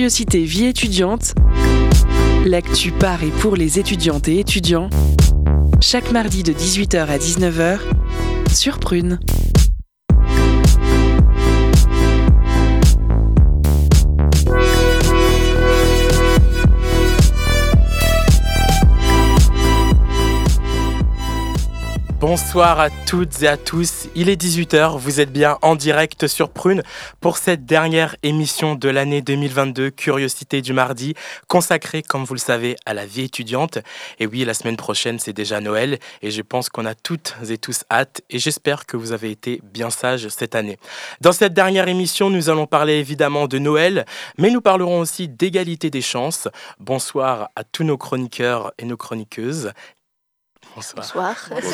Curiosité vie étudiante, l'actu par et pour les étudiantes et étudiants, chaque mardi de 18h à 19h sur Prune. Bonsoir à toutes et à tous, il est 18h, vous êtes bien en direct sur Prune pour cette dernière émission de l'année 2022, Curiosité du mardi, consacrée, comme vous le savez, à la vie étudiante. Et oui, la semaine prochaine, c'est déjà Noël et je pense qu'on a toutes et tous hâte et j'espère que vous avez été bien sages cette année. Dans cette dernière émission, nous allons parler évidemment de Noël, mais nous parlerons aussi d'égalité des chances. Bonsoir à tous nos chroniqueurs et nos chroniqueuses. Bonsoir.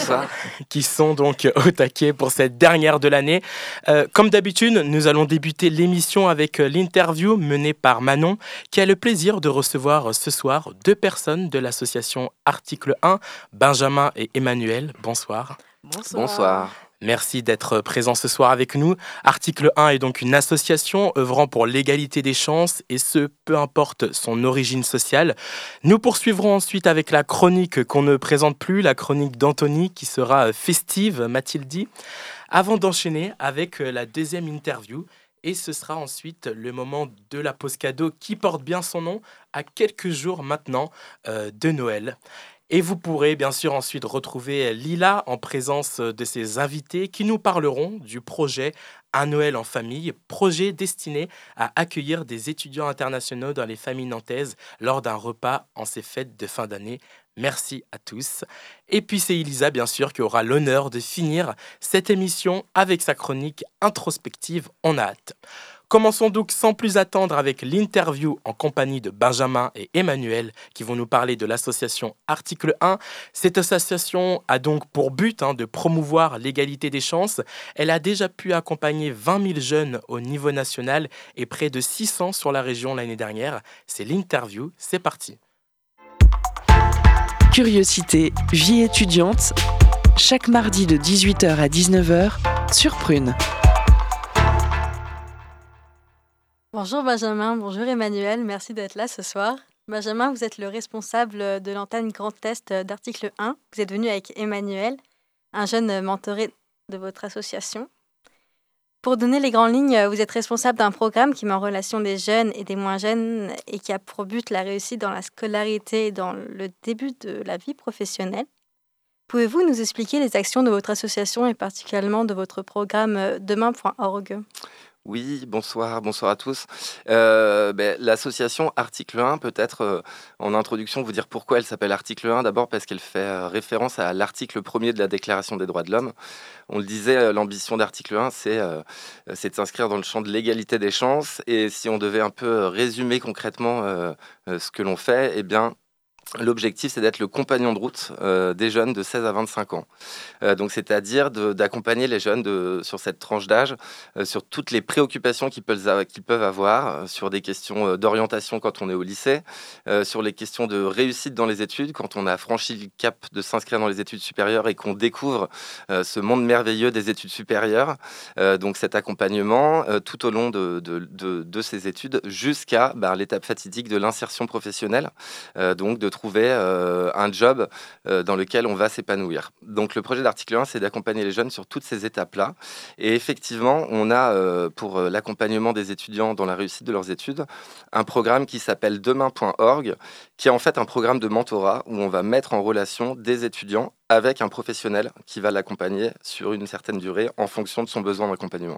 Qui sont donc au taquet pour cette dernière de l'année. Comme d'habitude, nous allons débuter l'émission avec l'interview menée par Manon, qui a le plaisir de recevoir ce soir deux personnes de l'association Article 1, Benjamin et Emmanuel. Bonsoir. Bonsoir. Merci d'être présent ce soir avec nous. Article 1 est donc une association œuvrant pour l'égalité des chances et ce, peu importe son origine sociale. Nous poursuivrons ensuite avec la chronique qu'on ne présente plus, la chronique d'Anthony qui sera festive, m'a-t-il dit, avant d'enchaîner avec la deuxième interview. Et ce sera ensuite le moment de la pause cadeau qui porte bien son nom à quelques jours maintenant de Noël. Et vous pourrez bien sûr ensuite retrouver Lila en présence de ses invités qui nous parleront du projet Un Noël en famille, projet destiné à accueillir des étudiants internationaux dans les familles nantaises lors d'un repas en ces fêtes de fin d'année. Merci à tous. Et puis c'est Elisa bien sûr qui aura l'honneur de finir cette émission avec sa chronique introspective. On a hâte. Commençons donc sans plus attendre avec l'interview en compagnie de Benjamin et Emmanuel qui vont nous parler de l'association Article 1. Cette association a donc pour but de promouvoir l'égalité des chances. Elle a déjà pu accompagner 20 000 jeunes au niveau national et près de 600 sur la région l'année dernière. C'est l'interview, c'est parti. Curiosité vie étudiante, chaque mardi de 18h à 19h sur Prune. Bonjour Benjamin, bonjour Emmanuel, merci d'être là ce soir. Benjamin, vous êtes le responsable de l'antenne Grand Est d'Article 1. Vous êtes venu avec Emmanuel, un jeune mentoré de votre association. Pour donner les grandes lignes, vous êtes responsable d'un programme qui met en relation des jeunes et des moins jeunes et qui a pour but la réussite dans la scolarité et dans le début de la vie professionnelle. Pouvez-vous nous expliquer les actions de votre association et particulièrement de votre programme demain.org ? Oui, bonsoir à tous. L'association Article 1, peut-être en introduction, vous dire pourquoi elle s'appelle Article 1. D'abord parce qu'elle fait référence à l'article 1er de la Déclaration des droits de l'homme. On le disait, l'ambition d'Article 1, c'est de s'inscrire dans le champ de l'égalité des chances. Et si on devait un peu résumer concrètement ce que l'on fait, eh bien, l'objectif, c'est d'être le compagnon de route des jeunes de 16 à 25 ans. Donc, c'est-à-dire d'accompagner les jeunes sur cette tranche d'âge, sur toutes les préoccupations qu'ils peuvent avoir, sur des questions d'orientation quand on est au lycée, sur les questions de réussite dans les études, quand on a franchi le cap de s'inscrire dans les études supérieures et qu'on découvre ce monde merveilleux des études supérieures. Donc, cet accompagnement tout au long de ces études jusqu'à l'étape fatidique de l'insertion professionnelle, donc de trouver un job dans lequel on va s'épanouir. Donc le projet d'Article 1, c'est d'accompagner les jeunes sur toutes ces étapes-là. Et effectivement, on a pour l'accompagnement des étudiants dans la réussite de leurs études, un programme qui s'appelle demain.org, qui est en fait un programme de mentorat où on va mettre en relation des étudiants avec un professionnel qui va l'accompagner sur une certaine durée en fonction de son besoin d'accompagnement.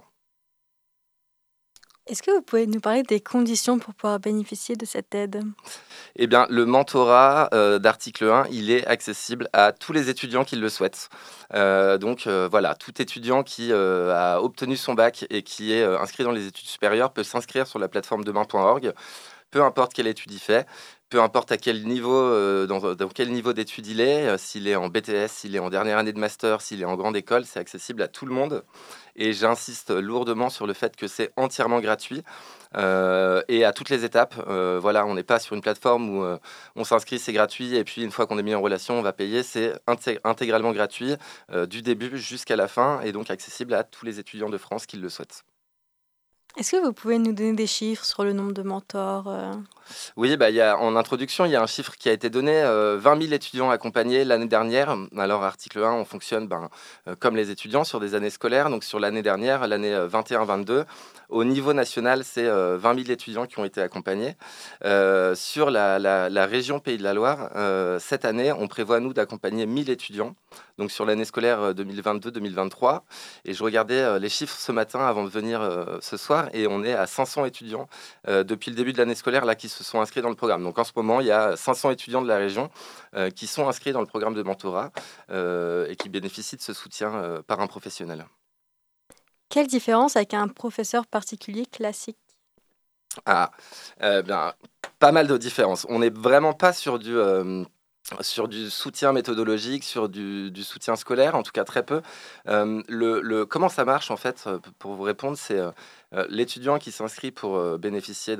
Est-ce que vous pouvez nous parler des conditions pour pouvoir bénéficier de cette aide ? Eh bien, le mentorat d'Article 1, il est accessible à tous les étudiants qui le souhaitent. Voilà, tout étudiant qui a obtenu son bac et qui est inscrit dans les études supérieures peut s'inscrire sur la plateforme demain.org, peu importe quelle étude il fait. Peu importe à quel niveau, dans quel niveau d'études il est, s'il est en BTS, s'il est en dernière année de master, s'il est en grande école, c'est accessible à tout le monde. Et j'insiste lourdement sur le fait que c'est entièrement gratuit et à toutes les étapes. Voilà, on n'est pas sur une plateforme où on s'inscrit, c'est gratuit, et puis une fois qu'on est mis en relation, on va payer. C'est intégralement gratuit du début jusqu'à la fin et donc accessible à tous les étudiants de France qui le souhaitent. Est-ce que vous pouvez nous donner des chiffres sur le nombre de mentors Oui, en introduction, il y a un chiffre qui a été donné, 20 000 étudiants accompagnés l'année dernière. Alors, article 1, on fonctionne comme les étudiants sur des années scolaires. Donc, sur l'année dernière, l'année 21-22, au niveau national, c'est 20 000 étudiants qui ont été accompagnés. Sur la région Pays de la Loire, cette année, on prévoit, nous, d'accompagner 1 000 étudiants. Donc, sur l'année scolaire 2022-2023. Et je regardais les chiffres ce matin avant de venir ce soir, et on est à 500 étudiants depuis le début de l'année scolaire là qui se sont inscrits dans le programme. Donc en ce moment, il y a 500 étudiants de la région qui sont inscrits dans le programme de mentorat et qui bénéficient de ce soutien par un professionnel. Quelle différence avec un professeur particulier classique? Pas mal de différences. On n'est vraiment pas sur du soutien méthodologique, sur du soutien scolaire, en tout cas très peu. Comment ça marche, en fait, pour vous répondre, c'est l'étudiant qui s'inscrit pour bénéficier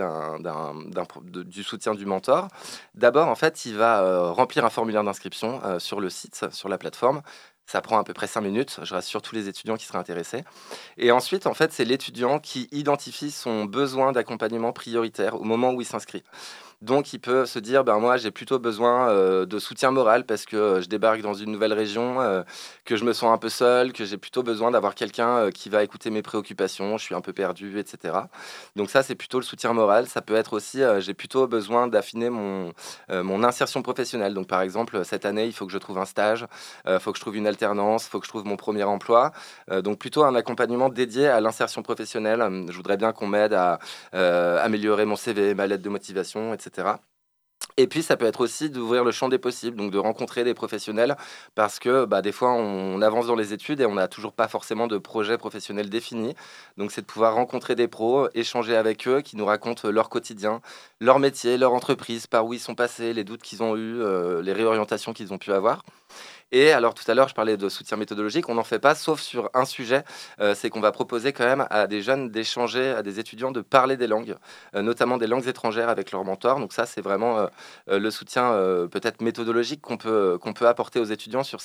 du soutien du mentor. D'abord, en fait, il va remplir un formulaire d'inscription sur le site, sur la plateforme. Ça prend à peu près 5 minutes, je rassure tous les étudiants qui seraient intéressés. Et ensuite, en fait, c'est l'étudiant qui identifie son besoin d'accompagnement prioritaire au moment où il s'inscrit. Donc, il peut se dire, moi, j'ai plutôt besoin de soutien moral parce que je débarque dans une nouvelle région, que je me sens un peu seul, que j'ai plutôt besoin d'avoir quelqu'un qui va écouter mes préoccupations, je suis un peu perdu, etc. Donc ça, c'est plutôt le soutien moral. Ça peut être aussi, j'ai plutôt besoin d'affiner mon insertion professionnelle. Donc, par exemple, cette année, il faut que je trouve un stage, il faut que je trouve une alternance, il faut que je trouve mon premier emploi. Donc, plutôt un accompagnement dédié à l'insertion professionnelle. Je voudrais bien qu'on m'aide à améliorer mon CV, ma lettre de motivation, etc. Et puis, ça peut être aussi d'ouvrir le champ des possibles, donc de rencontrer des professionnels, parce que des fois, on avance dans les études et on n'a toujours pas forcément de projet professionnel défini. Donc, c'est de pouvoir rencontrer des pros, échanger avec eux, qui nous racontent leur quotidien, leur métier, leur entreprise, par où ils sont passés, les doutes qu'ils ont eus, les réorientations qu'ils ont pu avoir. Et alors tout à l'heure, je parlais de soutien méthodologique, on n'en fait pas, sauf sur un sujet, c'est qu'on va proposer quand même à des jeunes d'échanger, à des étudiants de parler des langues, notamment des langues étrangères avec leur mentor. Donc ça, c'est vraiment le soutien peut-être méthodologique qu'on peut apporter aux étudiants sur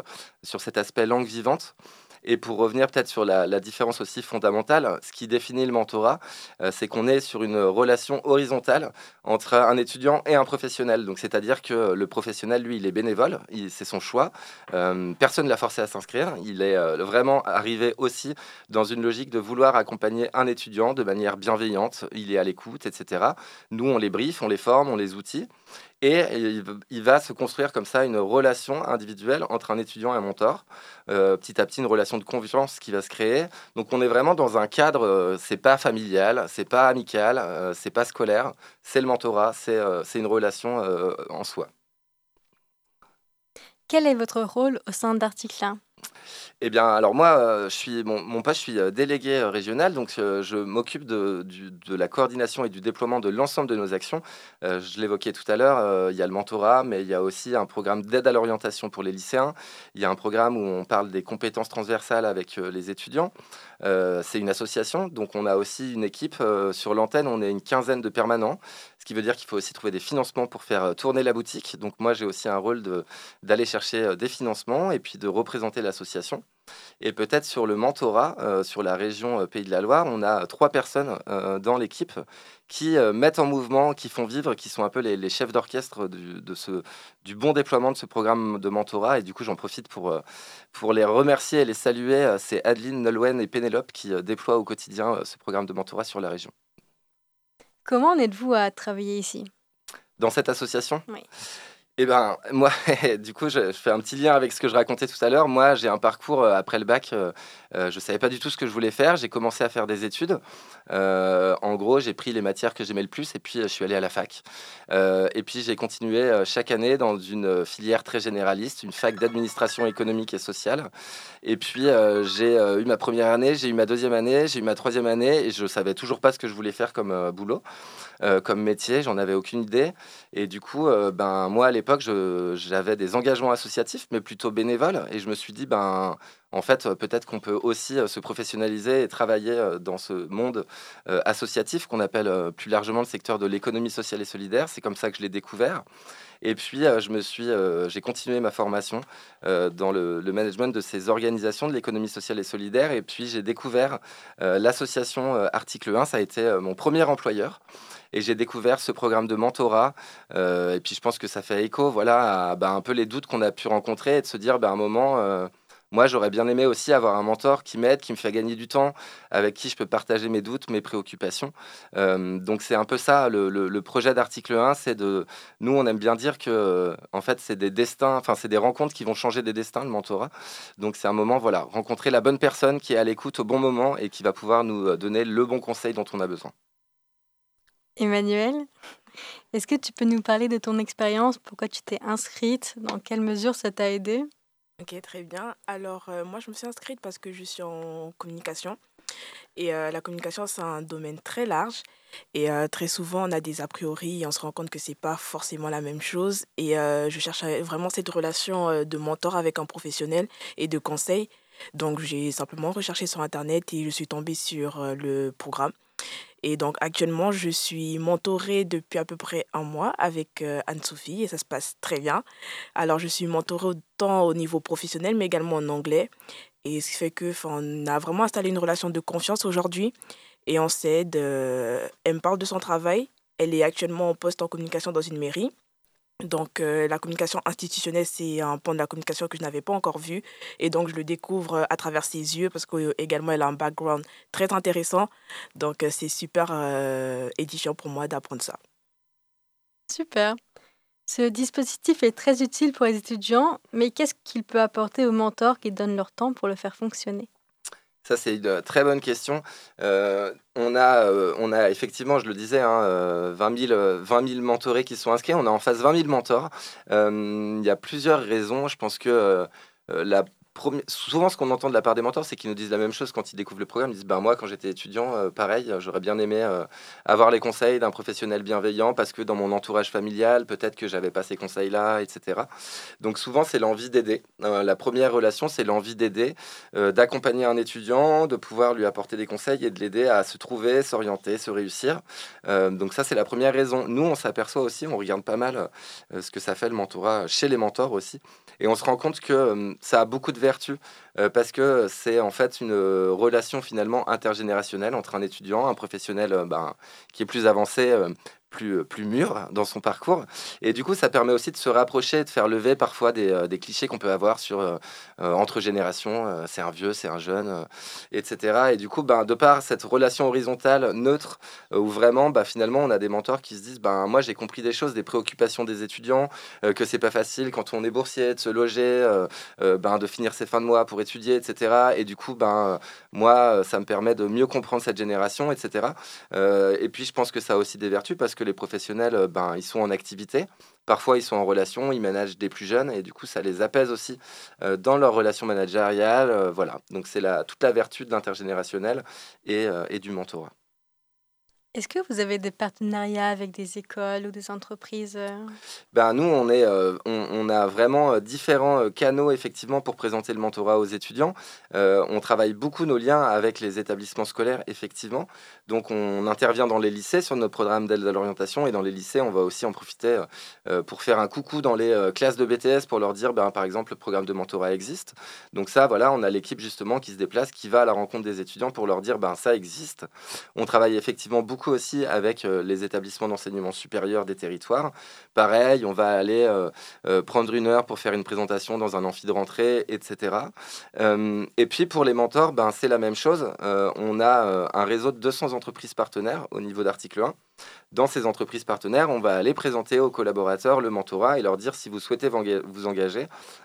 cet aspect langue vivante. Et pour revenir peut-être sur la différence aussi fondamentale, ce qui définit le mentorat, c'est qu'on est sur une relation horizontale entre un étudiant et un professionnel. Donc, c'est-à-dire que le professionnel, lui, il est bénévole, c'est son choix. Personne ne l'a forcé à s'inscrire. Il est vraiment arrivé aussi dans une logique de vouloir accompagner un étudiant de manière bienveillante. Il est à l'écoute, etc. Nous, on les briefe, on les forme, on les outille. Et il va se construire comme ça une relation individuelle entre un étudiant et un mentor. Petit à petit, une relation de confiance qui va se créer. Donc, on est vraiment dans un cadre, c'est pas familial, c'est pas amical, c'est pas scolaire, c'est le mentorat, c'est une relation en soi. Quel est votre rôle au sein d'Article 1? Eh bien, alors moi, je suis mon poste, je suis délégué régional, donc je m'occupe de la coordination et du déploiement de l'ensemble de nos actions. Je l'évoquais tout à l'heure, il y a le mentorat, mais il y a aussi un programme d'aide à l'orientation pour les lycéens. Il y a un programme où on parle des compétences transversales avec les étudiants. C'est une association, donc on a aussi une équipe. Sur l'antenne, on est une quinzaine de permanents, ce qui veut dire qu'il faut aussi trouver des financements pour faire tourner la boutique. Donc moi, j'ai aussi un rôle d'aller chercher des financements et puis de représenter l'association. Et peut-être sur le mentorat, sur la région Pays de la Loire, on a 3 personnes dans l'équipe qui mettent en mouvement, qui font vivre, qui sont un peu les chefs d'orchestre du bon déploiement de ce programme de mentorat. Et du coup, j'en profite pour les remercier et les saluer. C'est Adeline, Nolwenn et Pénélope qui déploient au quotidien ce programme de mentorat sur la région. Comment en êtes-vous à travailler ici? Dans cette association? Oui. Eh ben, moi, du coup, je fais un petit lien avec ce que je racontais tout à l'heure. Moi, j'ai un parcours après le bac. Je ne savais pas du tout ce que je voulais faire. J'ai commencé à faire des études. En gros, j'ai pris les matières que j'aimais le plus et puis je suis allé à la fac. Et puis, j'ai continué chaque année dans une filière très généraliste, une fac d'administration économique et sociale. Et puis, j'ai eu ma première année, j'ai eu ma deuxième année, j'ai eu ma troisième année et je ne savais toujours pas ce que je voulais faire comme boulot, comme métier. J'en avais aucune idée. Et du coup, moi, à l'époque, j'avais des engagements associatifs, mais plutôt bénévoles. Et je me suis dit, en fait, peut-être qu'on peut aussi se professionnaliser et travailler dans ce monde associatif qu'on appelle plus largement le secteur de l'économie sociale et solidaire. C'est comme ça que je l'ai découvert. Et puis, j'ai continué ma formation dans le management de ces organisations de l'économie sociale et solidaire. Et puis, j'ai découvert l'association Article 1. Ça a été mon premier employeur. Et j'ai découvert ce programme de mentorat. Et puis, je pense que ça fait écho, voilà, à un peu les doutes qu'on a pu rencontrer et de se dire, à un moment, moi, j'aurais bien aimé aussi avoir un mentor qui m'aide, qui me fait gagner du temps, avec qui je peux partager mes doutes, mes préoccupations. Donc, c'est un peu ça, le projet d'Article 1, nous, on aime bien dire que, en fait, c'est des destins, enfin, c'est des rencontres qui vont changer des destins, le mentorat. Donc, c'est un moment, voilà, rencontrer la bonne personne qui est à l'écoute au bon moment et qui va pouvoir nous donner le bon conseil dont on a besoin. Emmanuel, est-ce que tu peux nous parler de ton expérience? Pourquoi tu t'es inscrite? Dans quelle mesure ça t'a aidé? Ok, très bien. Alors, moi, je me suis inscrite parce que je suis en communication. Et la communication, c'est un domaine très large. Et très souvent, on a des a priori et on se rend compte que c'est pas forcément la même chose. Et je cherche vraiment cette relation de mentor avec un professionnel et de conseil. Donc, j'ai simplement recherché sur Internet et je suis tombée sur le programme. Et donc, actuellement, je suis mentorée depuis à peu près un mois avec Anne-Sophie et ça se passe très bien. Alors, je suis mentorée autant au niveau professionnel, mais également en anglais. Et ce qui fait que, 'fin, on a vraiment installé une relation de confiance aujourd'hui et on s'aide. Elle me parle de son travail. Elle est actuellement en poste en communication dans une mairie. Donc, la communication institutionnelle, c'est un pan de la communication que je n'avais pas encore vu. Et donc, je le découvre à travers ses yeux parce qu'également, elle a un background très intéressant. Donc, c'est super édifiant pour moi d'apprendre ça. Super. Ce dispositif est très utile pour les étudiants, mais qu'est-ce qu'il peut apporter aux mentors qui donnent leur temps pour le faire fonctionner? Ça, c'est une très bonne question. On a effectivement, je le disais, 20 000 mentorés qui sont inscrits. On a en face 20 000 mentors. Il y a plusieurs raisons. Je pense que souvent, ce qu'on entend de la part des mentors, c'est qu'ils nous disent la même chose quand ils découvrent le programme. Ils disent, moi, quand j'étais étudiant, pareil, j'aurais bien aimé avoir les conseils d'un professionnel bienveillant parce que dans mon entourage familial, peut-être que j'avais pas ces conseils-là, etc. Donc souvent, c'est l'envie d'aider. La première relation, c'est l'envie d'aider, d'accompagner un étudiant, de pouvoir lui apporter des conseils et de l'aider à se trouver, s'orienter, se réussir. Donc ça, c'est la première raison. Nous, on s'aperçoit aussi, on regarde pas mal ce que ça fait le mentorat chez les mentors aussi. Et on se rend compte que ça a beaucoup de vertus parce que c'est en fait une relation finalement intergénérationnelle entre un étudiant, un professionnel qui est plus avancé, plus mûr dans son parcours. Et du coup, ça permet aussi de se rapprocher, de faire lever parfois des clichés qu'on peut avoir sur entre générations, c'est un vieux, c'est un jeune, etc. Et du coup, de par cette relation horizontale, neutre, où vraiment, finalement, on a des mentors qui se disent, moi, j'ai compris des choses, des préoccupations des étudiants, que c'est pas facile quand on est boursier de se loger, de finir ses fins de mois pour étudier, etc. Et du coup, moi, ça me permet de mieux comprendre cette génération, etc. Et puis, je pense que ça a aussi des vertus parce que les professionnels, ils sont en activité. Parfois, ils sont en relation, ils managent des plus jeunes et du coup, ça les apaise aussi dans leur relation managériale. Voilà. Donc, c'est toute la vertu de l'intergénérationnel et du mentorat. Est-ce que vous avez des partenariats avec des écoles ou des entreprises? Nous, on a vraiment différents canaux effectivement pour présenter le mentorat aux étudiants. On travaille beaucoup nos liens avec les établissements scolaires, effectivement. Donc, on intervient dans les lycées sur notre programme d'aide à l'orientation et dans les lycées, on va aussi en profiter pour faire un coucou dans les classes de BTS pour leur dire, par exemple, le programme de mentorat existe. Donc ça, voilà, on a l'équipe justement qui se déplace, qui va à la rencontre des étudiants pour leur dire, ça existe. On travaille effectivement beaucoup aussi avec les établissements d'enseignement supérieur des territoires. Pareil, on va aller prendre une heure pour faire une présentation dans un amphi de rentrée, etc. Et puis pour les mentors, c'est la même chose. On a un réseau de 200 entreprises partenaires au niveau d'Article 1. Dans ces entreprises partenaires, on va aller présenter aux collaborateurs le mentorat et leur dire si vous souhaitez vous engager,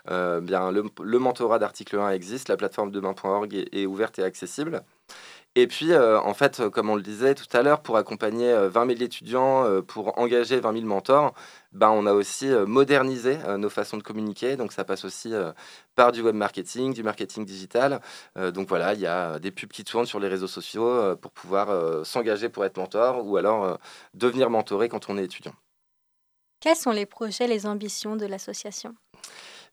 le mentorat d'Article 1 existe, la plateforme demain.org est ouverte et accessible. Et puis, en fait, comme on le disait tout à l'heure, pour accompagner 20 000 étudiants, pour engager 20 000 mentors, on a aussi modernisé nos façons de communiquer. Donc, ça passe aussi par du web marketing, du marketing digital. Donc, voilà, il y a des pubs qui tournent sur les réseaux sociaux pour pouvoir s'engager pour être mentor ou alors devenir mentoré quand on est étudiant. Quels sont les projets, les ambitions de l'association?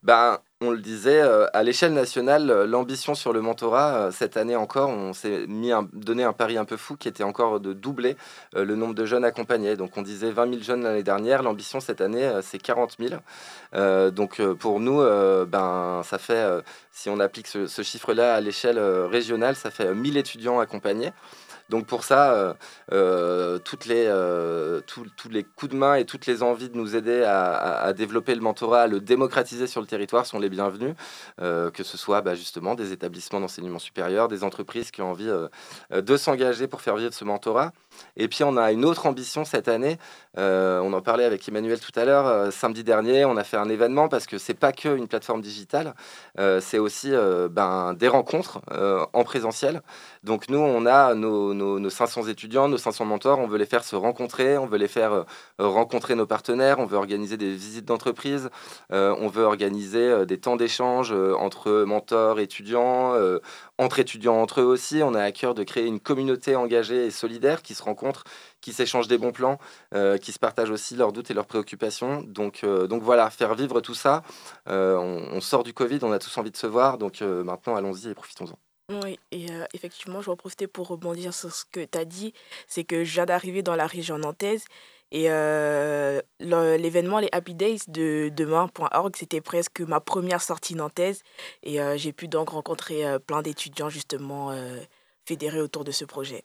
On le disait, à l'échelle nationale, l'ambition sur le mentorat, cette année encore, on s'est donné un pari un peu fou qui était encore de doubler le nombre de jeunes accompagnés. Donc on disait 20 000 jeunes l'année dernière, l'ambition cette année, c'est 40 000. Pour nous, ça fait, si on applique ce chiffre-là à l'échelle régionale, ça fait 1000 étudiants accompagnés. Donc pour ça, tous les coups de main et toutes les envies de nous aider à développer le mentorat, à le démocratiser sur le territoire sont les bienvenus, que ce soit justement des établissements d'enseignement supérieur, des entreprises qui ont envie de s'engager pour faire vivre ce mentorat. Et puis on a une autre ambition cette année, on en parlait avec Emmanuel tout à l'heure, samedi dernier on a fait un événement parce que c'est pas qu'une plateforme digitale, c'est aussi des rencontres en présentiel. Donc nous on a nos 500 étudiants, nos 500 mentors, on veut les faire se rencontrer, on veut les faire rencontrer nos partenaires, on veut organiser des visites d'entreprise, on veut organiser des temps d'échange entre mentors, étudiants, entre étudiants entre eux aussi. On a à cœur de créer une communauté engagée et solidaire qui se rencontre, qui s'échangent des bons plans, qui se partagent aussi leurs doutes et leurs préoccupations. Donc voilà, faire vivre tout ça. On sort du Covid, on a tous envie de se voir, donc maintenant allons-y et profitons-en. Oui, et effectivement, je vais en profiter pour rebondir sur ce que tu as dit. C'est que je viens d'arriver dans la région nantaise et l'événement, les Happy Days de demain.org, c'était presque ma première sortie nantaise. Et j'ai pu donc rencontrer plein d'étudiants justement fédérés autour de ce projet.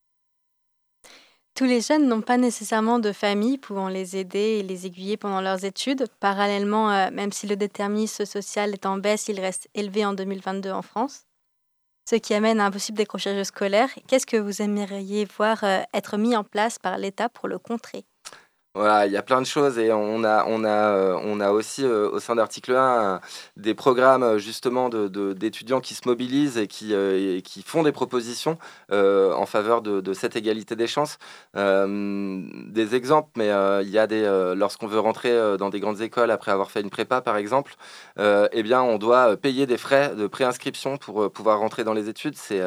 Tous les jeunes n'ont pas nécessairement de famille pouvant les aider et les aiguiller pendant leurs études. Parallèlement, même si le déterminisme social est en baisse, il reste élevé en 2022 en France, ce qui amène à un possible décrochage scolaire. Qu'est-ce que vous aimeriez voir être mis en place par l'État pour le contrer ? Voilà, il y a plein de choses et on a aussi au sein d'Article 1 des programmes justement d'étudiants qui se mobilisent et qui font des propositions en faveur de cette égalité des chances. Des exemples, mais il y a lorsqu'on veut rentrer dans des grandes écoles après avoir fait une prépa par exemple, on doit payer des frais de préinscription pour pouvoir rentrer dans les études. C'est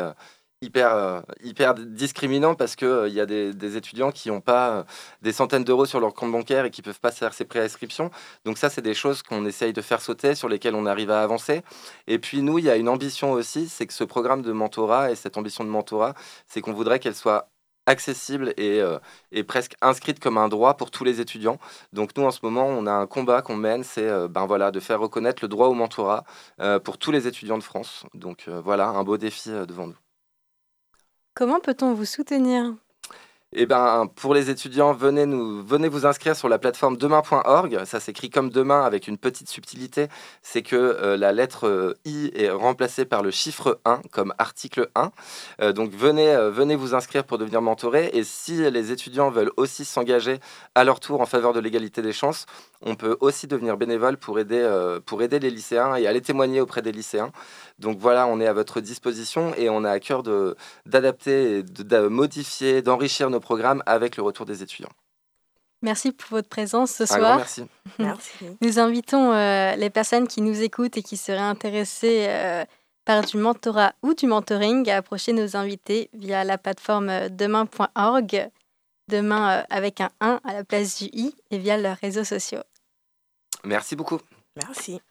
hyper discriminant parce qu'il y a des étudiants qui n'ont pas des centaines d'euros sur leur compte bancaire et qui ne peuvent pas faire ces préinscriptions. Donc ça, c'est des choses qu'on essaye de faire sauter, sur lesquelles on arrive à avancer. Et puis nous, il y a une ambition aussi, c'est que ce programme de mentorat et cette ambition de mentorat, c'est qu'on voudrait qu'elle soit accessible et presque inscrite comme un droit pour tous les étudiants. Donc nous, en ce moment, on a un combat qu'on mène, c'est de faire reconnaître le droit au mentorat pour tous les étudiants de France. Donc voilà, un beau défi devant nous. Comment peut-on vous soutenir ? Pour les étudiants, venez vous inscrire sur la plateforme demain.org. Ça s'écrit comme demain avec une petite subtilité. C'est que la lettre I est remplacée par le chiffre 1 comme article 1. Donc venez vous inscrire pour devenir mentoré. Et si les étudiants veulent aussi s'engager à leur tour en faveur de l'égalité des chances, on peut aussi devenir bénévole pour aider les lycéens et aller témoigner auprès des lycéens. Donc voilà, on est à votre disposition et on a à cœur d'adapter, de modifier, d'enrichir nos programmes avec le retour des étudiants. Merci pour votre présence ce soir. Un grand merci. Merci. Nous invitons les personnes qui nous écoutent et qui seraient intéressées par du mentorat ou du mentoring à approcher nos invités via la plateforme demain.org, demain avec un 1 à la place du I, et via leurs réseaux sociaux. Merci beaucoup. Merci.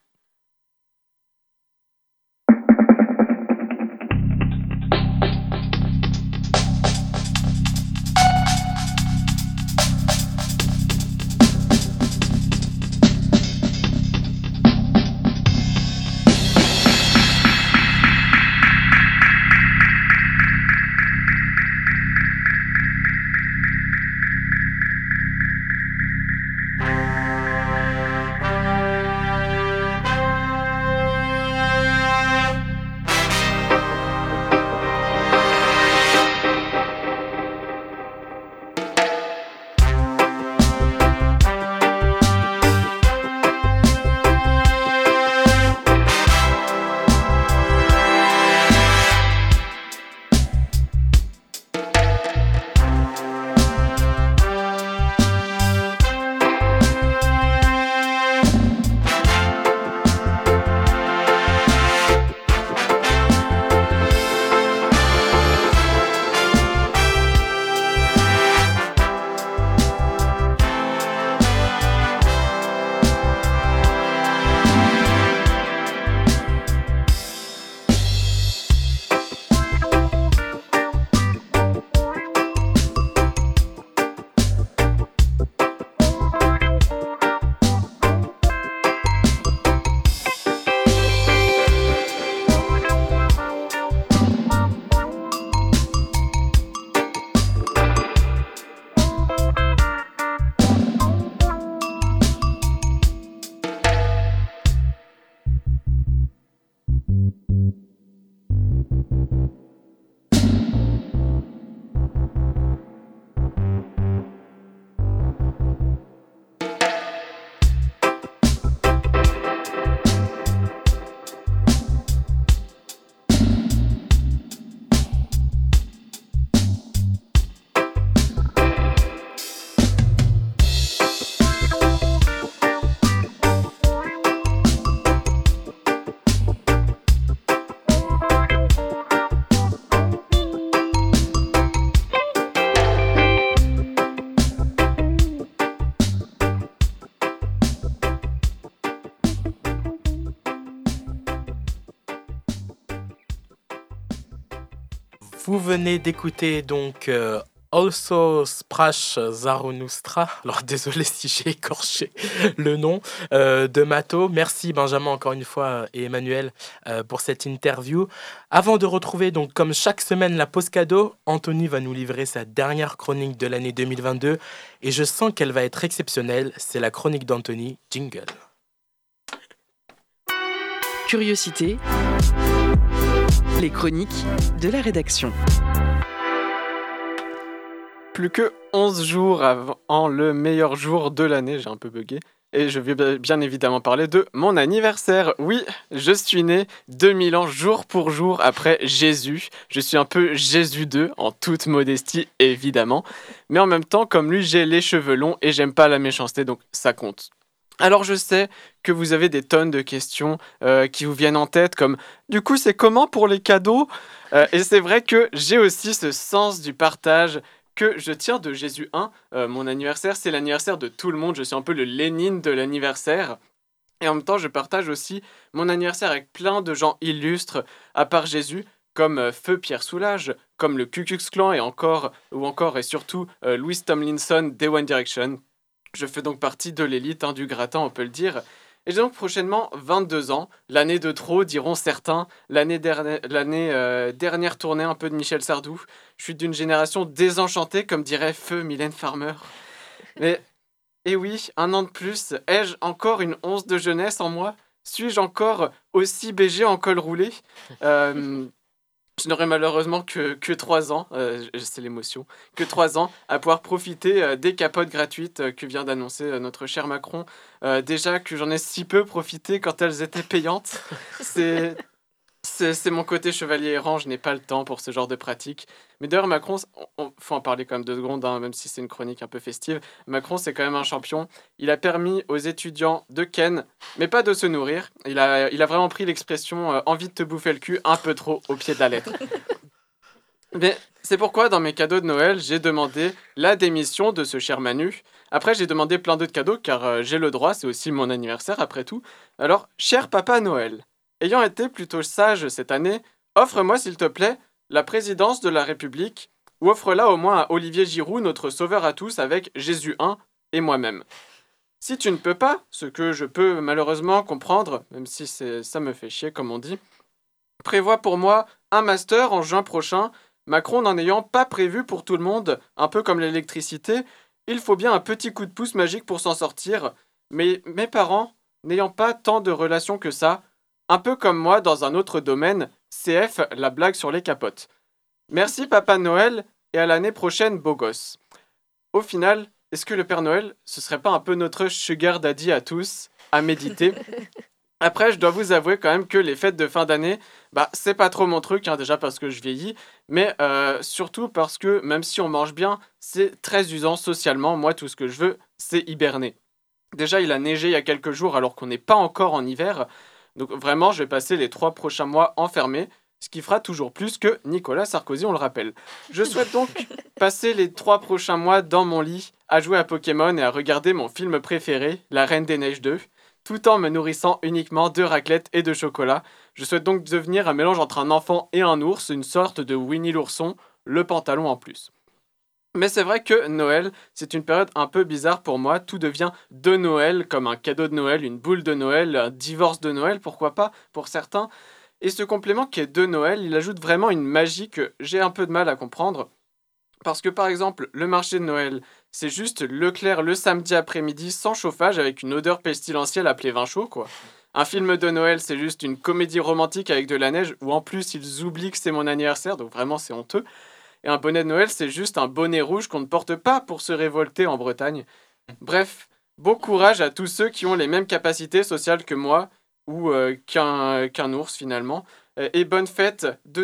Vous venez d'écouter donc Also Sprach Zarunustra, alors désolé si j'ai écorché le nom, de Matho. Merci Benjamin encore une fois et Emmanuel pour cette interview. Avant de retrouver donc comme chaque semaine la pause cadeau, Anthony va nous livrer sa dernière chronique de l'année 2022 et je sens qu'elle va être exceptionnelle. C'est la chronique d'Anthony, jingle. Curiosité, les chroniques de la rédaction. Plus que 11 jours avant le meilleur jour de l'année, j'ai un peu bugué, et je vais bien évidemment parler de mon anniversaire. Oui, je suis né 2000 ans jour pour jour après Jésus. Je suis un peu Jésus 2, en toute modestie évidemment, mais en même temps, comme lui, j'ai les cheveux longs et j'aime pas la méchanceté, donc ça compte. Alors je sais que vous avez des tonnes de questions qui vous viennent en tête, comme « Du coup, c'est comment pour les cadeaux ?» Et c'est vrai que j'ai aussi ce sens du partage que je tiens de Jésus 1. Mon anniversaire, c'est l'anniversaire de tout le monde. Je suis un peu le Lénine de l'anniversaire. Et en même temps, je partage aussi mon anniversaire avec plein de gens illustres, à part Jésus, comme Feu Pierre Soulages, comme le Ku Klux Klan et encore et surtout Louis Tomlinson des One Direction. Je fais donc partie de l'élite du gratin, on peut le dire. Et j'ai donc prochainement 22 ans, l'année de trop, diront certains, l'année dernière tournée un peu de Michel Sardou. Je suis d'une génération désenchantée, comme dirait Feu Mylène Farmer. Mais, et oui, un an de plus, ai-je encore une once de jeunesse en moi ? Suis-je encore aussi BG en col roulé ? Je n'aurai malheureusement que 3 ans, c'est l'émotion, que 3 ans à pouvoir profiter des capotes gratuites que vient d'annoncer notre cher Macron. Déjà que j'en ai si peu profité quand elles étaient payantes. C'est mon côté chevalier errant, je n'ai pas le temps pour ce genre de pratique. Mais d'ailleurs, Macron, faut en parler quand même 2 secondes, même si c'est une chronique un peu festive. Macron, c'est quand même un champion. Il a permis aux étudiants de ken, mais pas de se nourrir. Il a vraiment pris l'expression envie de te bouffer le cul un peu trop au pied de la lettre. Mais c'est pourquoi, dans mes cadeaux de Noël, j'ai demandé la démission de ce cher Manu. Après, j'ai demandé plein d'autres cadeaux, car j'ai le droit, c'est aussi mon anniversaire après tout. Alors, cher Papa Noël, ayant été plutôt sage cette année, offre-moi s'il te plaît la présidence de la République, ou offre-la au moins à Olivier Giroud, notre sauveur à tous, avec Jésus 1 et moi-même. Si tu ne peux pas, ce que je peux malheureusement comprendre, même si ça me fait chier comme on dit, prévois pour moi un master en juin prochain, Macron n'en ayant pas prévu pour tout le monde, un peu comme l'électricité, il faut bien un petit coup de pouce magique pour s'en sortir, mais mes parents, n'ayant pas tant de relations que ça, un peu comme moi dans un autre domaine, CF, la blague sur les capotes. Merci Papa Noël et à l'année prochaine, beau gosse. Au final, est-ce que le Père Noël, ce serait pas un peu notre sugar daddy à tous, à méditer ? Après, je dois vous avouer quand même que les fêtes de fin d'année, c'est pas trop mon truc, déjà parce que je vieillis, mais surtout parce que même si on mange bien, c'est très usant socialement. Moi, tout ce que je veux, c'est hiberner. Déjà, il a neigé il y a quelques jours alors qu'on n'est pas encore en hiver. Donc vraiment, je vais passer les 3 prochains mois enfermé, ce qui fera toujours plus que Nicolas Sarkozy, on le rappelle. Je souhaite donc passer les 3 prochains mois dans mon lit, à jouer à Pokémon et à regarder mon film préféré, La Reine des Neiges 2, tout en me nourrissant uniquement de raclette et de chocolat. Je souhaite donc devenir un mélange entre un enfant et un ours, une sorte de Winnie l'ourson, le pantalon en plus. Mais c'est vrai que Noël, c'est une période un peu bizarre pour moi. Tout devient de Noël, comme un cadeau de Noël, une boule de Noël, un divorce de Noël, pourquoi pas, pour certains. Et ce complément qui est de Noël, il ajoute vraiment une magie que j'ai un peu de mal à comprendre. Parce que par exemple, le marché de Noël, c'est juste Leclerc le samedi après-midi sans chauffage avec une odeur pestilentielle appelée vin chaud, quoi. Un film de Noël, c'est juste une comédie romantique avec de la neige où en plus ils oublient que c'est mon anniversaire, donc vraiment c'est honteux. Et un bonnet de Noël, c'est juste un bonnet rouge qu'on ne porte pas pour se révolter en Bretagne. Bref, bon courage à tous ceux qui ont les mêmes capacités sociales que moi, ou qu'un ours finalement. Et bonne fête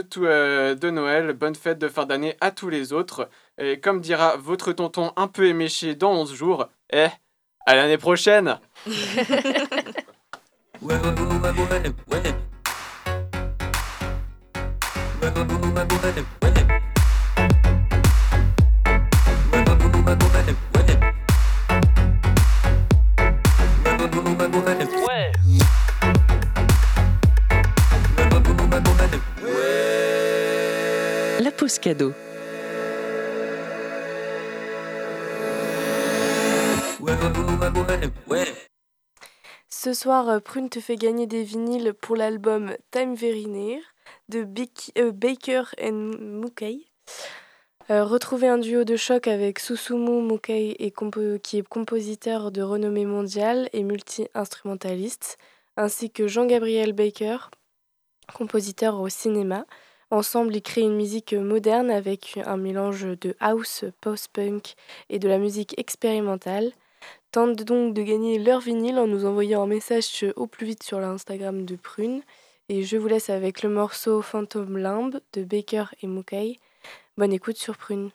de Noël, bonne fête de fin d'année à tous les autres. Et comme dira votre tonton un peu éméché dans 11 jours, à l'année prochaine. pause cadeau. Ce soir, Prune te fait gagner des vinyles pour l'album Time Very Near de Baker and Mukay. Retrouvez un duo de choc avec Susumu Mukay qui est compositeur de renommée mondiale et multi-instrumentaliste, ainsi que Jean-Gabriel Baker, compositeur au cinéma. Ensemble, ils créent une musique moderne avec un mélange de house, post-punk et de la musique expérimentale. Tentent donc de gagner leur vinyle en nous envoyant un message au plus vite sur l'Instagram de Prune. Et je vous laisse avec le morceau Phantom Limb de Baker et Mukay. Bonne écoute sur Prune.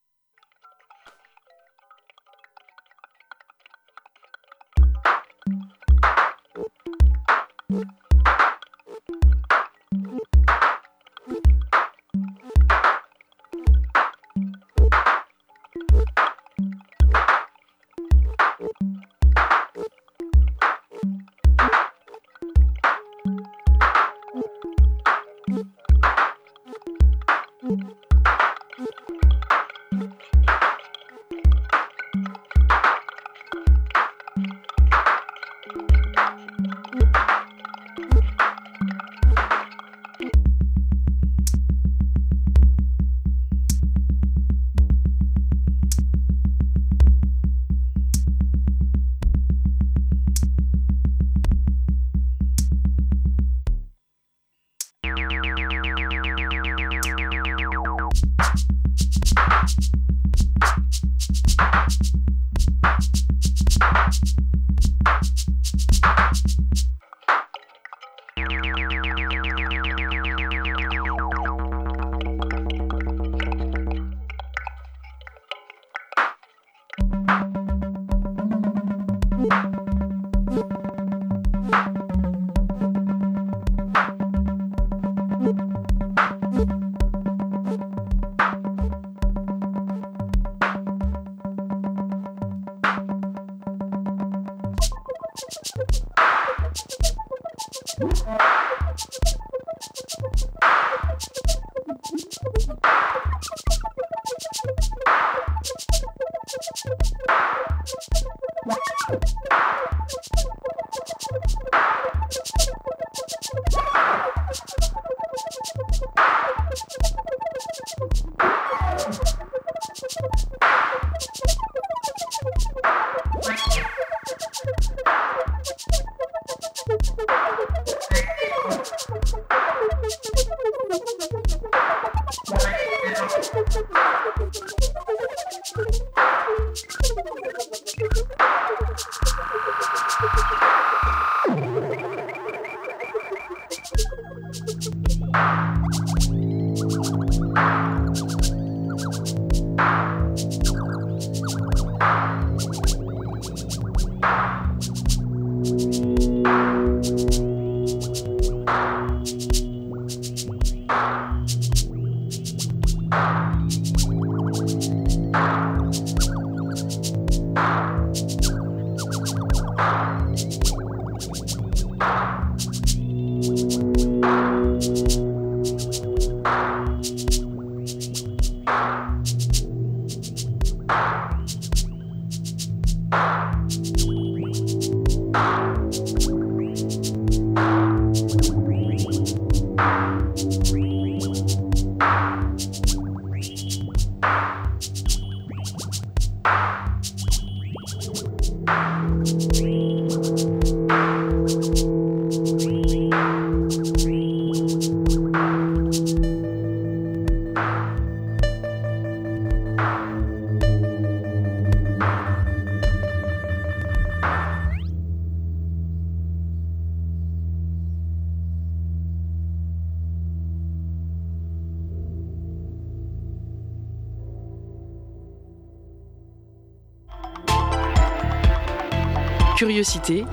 Curiosité,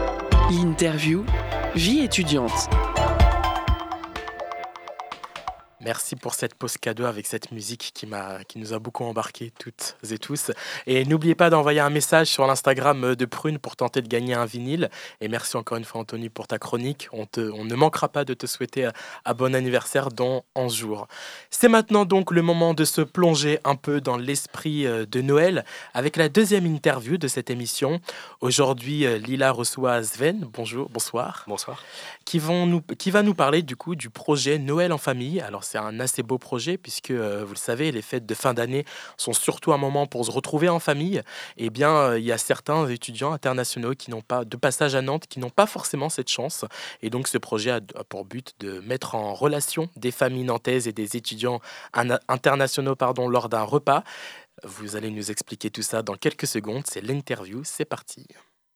l'interview, vie étudiante. Merci pour cette pause cadeau avec cette musique qui nous a beaucoup embarqués toutes et tous. Et n'oubliez pas d'envoyer un message sur l'Instagram de Prune pour tenter de gagner un vinyle. Et merci encore une fois Anthony pour ta chronique. On ne manquera pas de te souhaiter un bon anniversaire dans 11 jours. C'est maintenant donc le moment de se plonger un peu dans l'esprit de Noël avec la deuxième interview de cette émission. Aujourd'hui, Lila reçoit Sven. Bonsoir. Bonsoir. Qui va nous parler du coup du projet Noël en famille. Alors c'est un assez beau projet puisque vous le savez, les fêtes de fin d'année sont surtout un moment pour se retrouver en famille. Et bien il y a certains étudiants internationaux qui n'ont pas de passage à Nantes, qui n'ont pas forcément cette chance. Et donc ce projet a pour but de mettre en relation des familles nantaises et des étudiants internationaux lors d'un repas. Vous allez nous expliquer tout ça dans quelques secondes. C'est l'interview, c'est parti.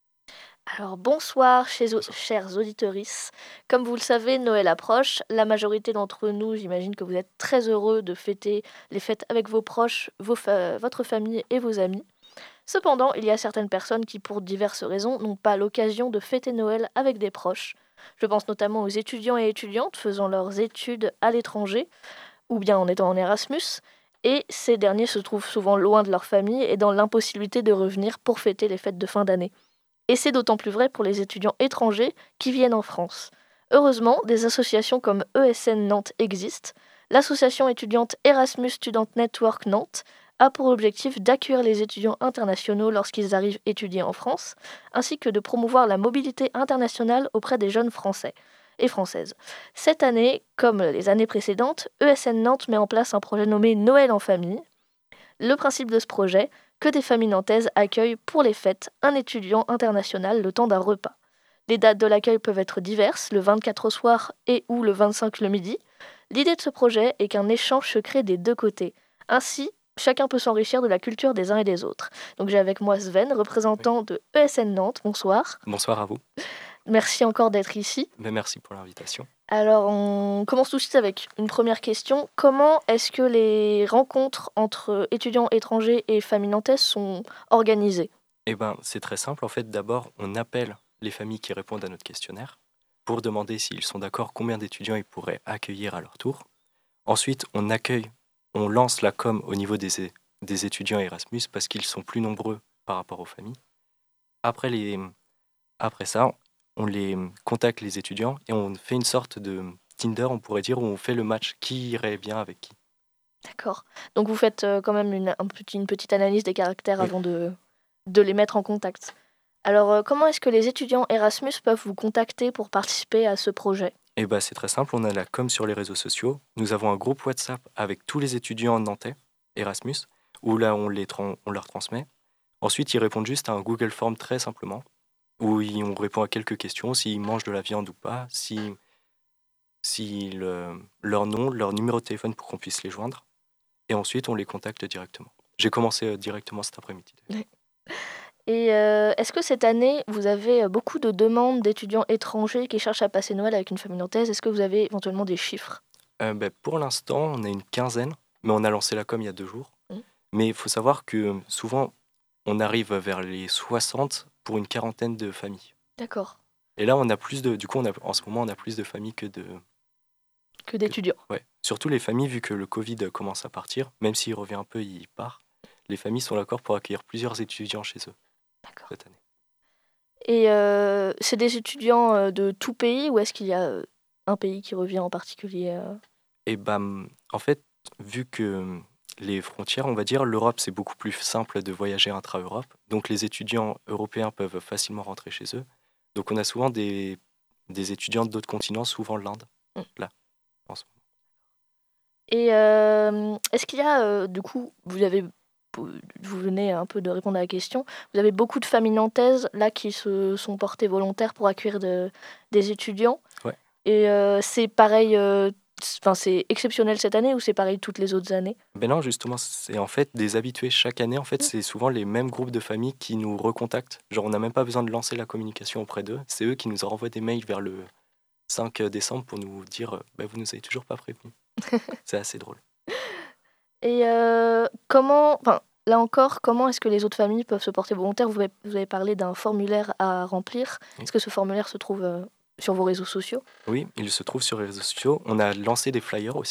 Alors bonsoir chers auditorices. Comme vous le savez, Noël approche. La majorité d'entre nous, j'imagine que vous êtes très heureux de fêter les fêtes avec vos proches, votre famille et vos amis. Cependant, il y a certaines personnes qui, pour diverses raisons, n'ont pas l'occasion de fêter Noël avec des proches. Je pense notamment aux étudiants et étudiantes faisant leurs études à l'étranger ou bien en étant en Erasmus. Et ces derniers se trouvent souvent loin de leur famille et dans l'impossibilité de revenir pour fêter les fêtes de fin d'année. Et c'est d'autant plus vrai pour les étudiants étrangers qui viennent en France. Heureusement, des associations comme ESN Nantes existent. L'association étudiante Erasmus Student Network Nantes a pour objectif d'accueillir les étudiants internationaux lorsqu'ils arrivent étudier en France, ainsi que de promouvoir la mobilité internationale auprès des jeunes Français et Françaises. Cette année, comme les années précédentes, ESN Nantes met en place un projet nommé Noël en famille. Le principe de ce projet, que des familles nantaises accueillent pour les fêtes un étudiant international le temps d'un repas. Les dates de l'accueil peuvent être diverses, le 24 au soir et ou le 25 le midi. L'idée de ce projet est qu'un échange se crée des deux côtés. Ainsi, chacun peut s'enrichir de la culture des uns et des autres. Donc j'ai avec moi Sven, représentant de ESN Nantes. Bonsoir. Bonsoir à vous. Merci encore d'être ici. Merci pour l'invitation. Alors, on commence tout de suite avec une première question. Comment est-ce que les rencontres entre étudiants étrangers et familles nantaises sont organisées ? C'est très simple. En fait, d'abord, on appelle les familles qui répondent à notre questionnaire pour demander s'ils sont d'accord, combien d'étudiants ils pourraient accueillir à leur tour. Ensuite, on lance la com au niveau des étudiants Erasmus parce qu'ils sont plus nombreux par rapport aux familles. Après ça, on les contacte les étudiants et on fait une sorte de Tinder, on pourrait dire, où on fait le match qui irait bien avec qui. D'accord. Donc vous faites quand même une petite analyse des caractères avant de les mettre en contact. Alors comment est-ce que les étudiants Erasmus peuvent vous contacter pour participer à ce projet ? C'est très simple, on a la com sur les réseaux sociaux. Nous avons un groupe WhatsApp avec tous les étudiants nantais Erasmus, où là on leur transmet. Ensuite, ils répondent juste à un Google Form très simplement, où on répond à quelques questions, s'ils mangent de la viande ou pas, leur nom, leur numéro de téléphone pour qu'on puisse les joindre. Et ensuite, on les contacte directement. J'ai commencé directement cet après-midi. Et est-ce que cette année, vous avez beaucoup de demandes d'étudiants étrangers qui cherchent à passer Noël avec une famille nantaise ? Est-ce que vous avez éventuellement des chiffres ? Pour l'instant, on a une quinzaine, mais on a lancé la com il y a 2 jours. Mais il faut savoir que souvent, on arrive vers les 60 pour une quarantaine de familles. D'accord. Et là, en ce moment, on a plus de familles que d'étudiants. Ouais. Surtout les familles, vu que le Covid commence à partir, même s'il revient un peu, il part. Les familles sont d'accord pour accueillir plusieurs étudiants chez eux. D'accord. Cette année. Et c'est des étudiants de tout pays ou est-ce qu'il y a un pays qui revient en particulier En fait, vu que les frontières, on va dire, l'Europe, c'est beaucoup plus simple de voyager intra-Europe. Donc les étudiants européens peuvent facilement rentrer chez eux. Donc on a souvent des étudiants d'autres continents, souvent l'Inde, là, en ce moment. Et est-ce qu'il y a, du coup, vous venez un peu de répondre à la question, vous avez beaucoup de familles nantaises là qui se sont portées volontaires pour accueillir des étudiants. Ouais. Et c'est pareil, c'est exceptionnel cette année ou c'est pareil toutes les autres années ? Non, justement, c'est en fait des habitués chaque année. En fait, c'est souvent les mêmes groupes de familles qui nous recontactent. Genre, on n'a même pas besoin de lancer la communication auprès d'eux. C'est eux qui nous renvoient des mails vers le 5 décembre pour nous dire vous nous avez toujours pas prévenus. C'est assez drôle. Et là encore, comment est-ce que les autres familles peuvent se porter volontaires ? Vous avez parlé d'un formulaire à remplir. Est-ce que ce formulaire se trouve sur vos réseaux sociaux ? Oui, il se trouve sur les réseaux sociaux. On a lancé des flyers aussi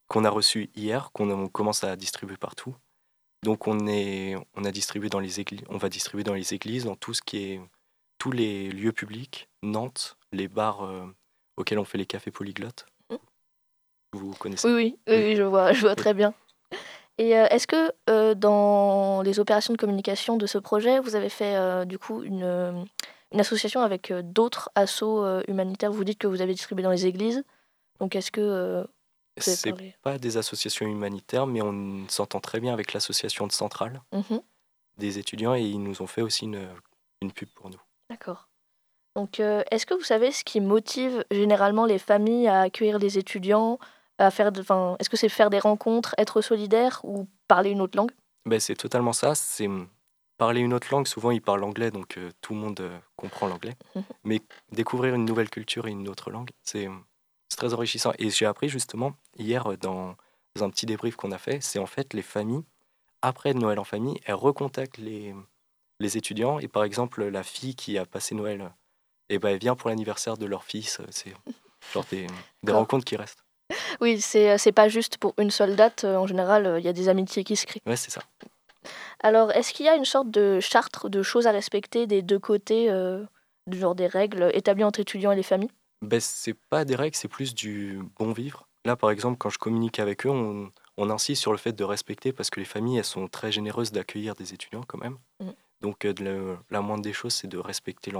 qu'on a reçu hier, on commence à distribuer partout. Donc on a distribué dans les églises, on va distribuer dans les églises, dans tout ce qui est tous les lieux publics, Nantes, les bars auxquels on fait les cafés polyglottes. Vous connaissez? Oui, je vois très bien. Et est-ce que dans les opérations de communication de ce projet, vous avez fait du coup une association avec d'autres assos humanitaires? Vous dites que vous avez distribué dans les églises. Donc est-ce que vous avez C'est parlé? pas des associations humanitaires, mais on s'entend très bien avec l'association de Centrale Mhm, des étudiants et ils nous ont fait aussi une pub pour nous. d'accord. Donc est-ce que vous savez ce qui motive généralement les familles à accueillir les étudiants, est-ce que c'est faire des rencontres, être solidaire ou parler une autre langue? Ben, c'est totalement ça, c'est parler une autre langue, souvent ils parlent anglais, donc tout le monde comprend l'anglais. Mhm. Mais découvrir une nouvelle culture et une autre langue, c'est très enrichissant. Et j'ai appris justement hier dans un petit débrief qu'on a fait, c'est en fait les familles, après Noël en famille, elles recontactent les étudiants. Et par exemple, la fille qui a passé Noël, et ben, elle vient pour l'anniversaire de leur fils. C'est genre des D'accord. rencontres qui restent. Oui, c'est pas juste pour une seule date. En général, il y a des amitiés qui se créent. Ouais, c'est ça. Alors, est-ce qu'il y a une sorte de charte de choses à respecter des deux côtés, du genre des règles établies entre étudiants et les familles? Ben, c'est pas des règles, c'est plus du bon vivre. Là, par exemple, quand je communique avec eux, on insiste sur le fait de respecter parce que les familles, elles sont très généreuses d'accueillir des étudiants quand même. Mhm. Donc, la moindre des choses, c'est de respecter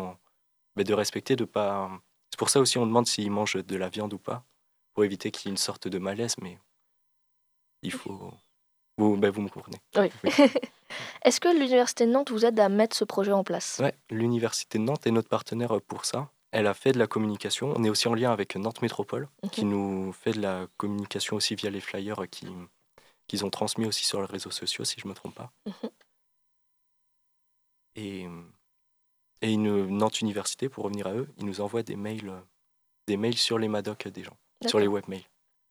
de pas. C'est pour ça aussi on demande s'ils mangent de la viande ou pas, pour éviter qu'il y ait une sorte de malaise, mais il faut. Vous me comprenez. Oui. Oui. Est-ce que l'Université de Nantes vous aide à mettre ce projet en place? Ouais, l'Université de Nantes est notre partenaire pour ça. Elle a fait de la communication. On est aussi en lien avec Nantes Métropole, qui Mhm. nous fait de la communication aussi via les flyers qu'ils ont transmis aussi sur les réseaux sociaux, si je ne me trompe pas. Mhm. Et Nantes Université, pour revenir à eux, ils nous envoient des mails sur les Madoc des gens, sur les D'accord. webmails.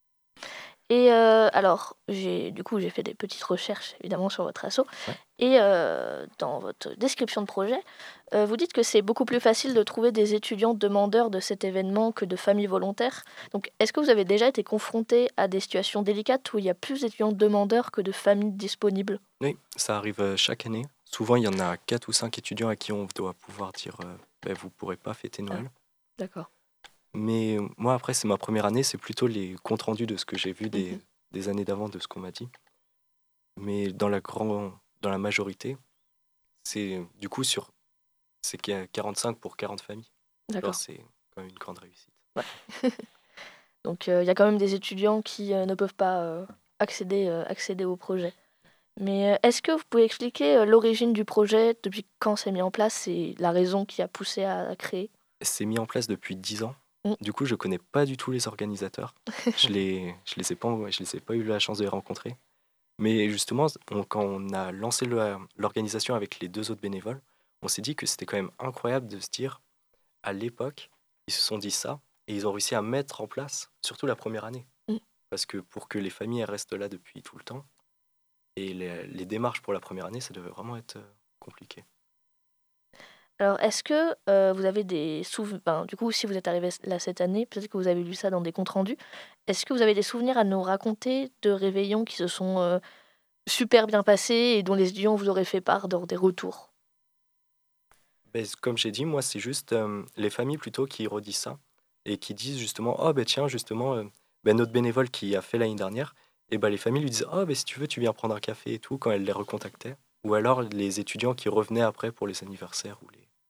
Et alors, j'ai fait des petites recherches, évidemment, sur votre asso. Ouais. Et dans votre description de projet, vous dites que c'est beaucoup plus facile de trouver des étudiants demandeurs de cet événement que de familles volontaires. Donc, est-ce que vous avez déjà été confronté à des situations délicates où il y a plus d'étudiants demandeurs que de familles disponibles? Oui, ça arrive chaque année. Souvent, il y en a 4 ou 5 étudiants à qui on doit pouvoir dire vous ne pourrez pas fêter Noël. D'accord. Mais moi, après, c'est ma première année, c'est plutôt les comptes rendus de ce que j'ai vu Mhm. des années d'avant, de ce qu'on m'a dit. Mais dans la majorité, c'est du coup c'est qu'il y a 45 pour 40 familles. Alors, D'accord. c'est quand même une grande réussite. Donc, il y a quand même des étudiants qui ne peuvent pas accéder au projet. Mais est-ce que vous pouvez expliquer l'origine du projet, depuis quand c'est mis en place et la raison qui a poussé à créer? C'est mis en place depuis 10 ans. Mm. Du coup, je connais pas du tout les organisateurs. Je les ai pas eu la chance de les rencontrer. Mais justement, quand on a lancé l'organisation avec les 2 autres bénévoles, on s'est dit que c'était quand même incroyable de se dire, à l'époque, ils se sont dit ça et ils ont réussi à mettre en place, surtout la première année. Mm. Parce que pour que les familles elles restent là depuis tout le temps, et les démarches pour la première année, ça devait vraiment être compliqué. Alors, est-ce que vous avez des souvenirs, du coup, si vous êtes arrivé là cette année, peut-être que vous avez lu ça dans des comptes rendus, est-ce que vous avez des souvenirs à nous raconter de réveillons qui se sont super bien passés et dont les étudiants vous auraient fait part dans des retours? Ben, comme j'ai dit, moi, c'est juste les familles plutôt qui redisent ça et qui disent justement, oh ben tiens, justement, notre bénévole qui a fait l'année dernière, et ben les familles lui disent, oh ben si tu veux, tu viens prendre un café et tout, quand elle les recontactait. Ou alors les étudiants qui revenaient après pour les anniversaires ou les.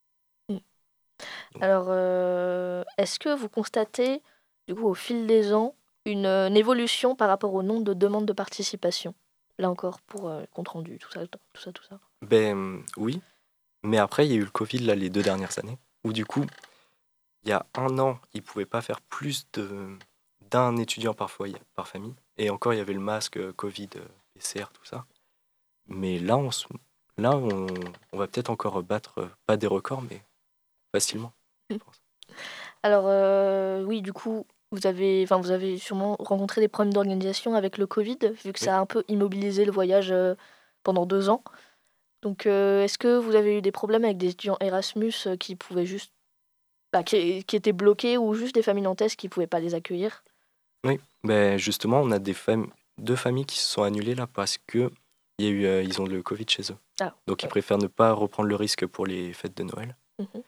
Alors, est-ce que vous constatez, du coup, au fil des ans, une évolution par rapport au nombre de demandes de participation? Là encore, pour compte rendu, tout ça. Ben oui, mais après, il y a eu le Covid là, les 2 dernières années, où du coup, il y a 1 an, ils ne pouvaient pas faire plus d'un étudiant par foyer, par famille. Et encore, il y avait le masque, Covid, PCR, tout ça. Mais là, on va peut-être encore battre, pas des records, mais facilement, je pense. Alors, oui, du coup, vous avez sûrement rencontré des problèmes d'organisation avec le Covid, vu que Oui. ça a un peu immobilisé le voyage pendant 2 ans. Donc, est-ce que vous avez eu des problèmes avec des étudiants Erasmus qui pouvaient juste, qui étaient bloqués ou juste des familles nantaises qui ne pouvaient pas les accueillir? Oui, justement, on a deux familles qui se sont annulées là parce que ils ont le Covid chez eux. Ah, Donc ils ouais. préfèrent ne pas reprendre le risque pour les fêtes de Noël. Mhm.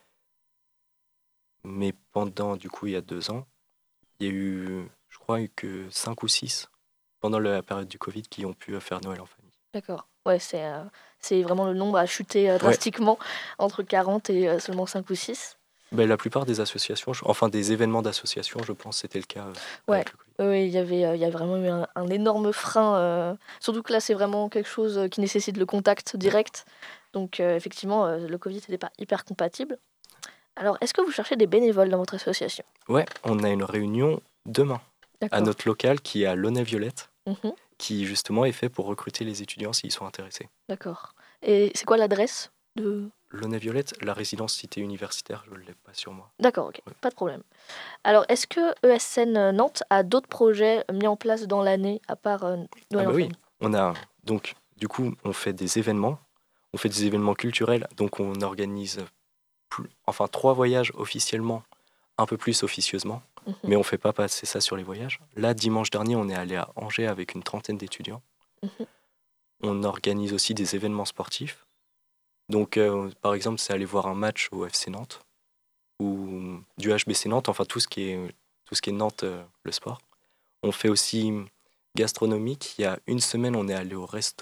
Mais pendant, du coup, il y a 2 ans, il y a eu, je crois, que 5 ou 6 pendant la période du Covid qui ont pu faire Noël en famille. D'accord. Ouais, c'est vraiment le nombre a chuté Ouais. drastiquement entre 40 et seulement 5 ou 6. La plupart des associations, enfin des événements d'associations, je pense, c'était le cas Ouais. avec le Covid. Oui, il y a vraiment eu un énorme frein. Surtout que là, c'est vraiment quelque chose qui nécessite le contact direct. Donc, effectivement, le Covid n'était pas hyper compatible. Alors, est-ce que vous cherchez des bénévoles dans votre association? Ouais, on a une réunion demain à D'accord. notre local qui est à Launay-Violette, Mhm. qui justement est fait pour recruter les étudiants s'ils sont intéressés. D'accord. Et c'est quoi l'adresse de... Launay-Violette, la résidence cité universitaire, je ne l'ai pas sur moi. D'accord, ok, Ouais. pas de problème. Alors, est-ce que ESN Nantes a d'autres projets mis en place dans l'année à part Noël en Oui, famille? on a donc du coup on fait des événements culturels, donc on organise 3 voyages officiellement, un peu plus officieusement, Mhm. mais on fait pas passer ça sur les voyages. Là, dimanche dernier, on est allé à Angers avec une 30aine d'étudiants. Mhm. On organise aussi des événements sportifs. Donc, par exemple, c'est aller voir un match au FC Nantes ou du HBC Nantes, enfin tout ce qui est Nantes, le sport. On fait aussi gastronomique. Il y a une semaine, on est allé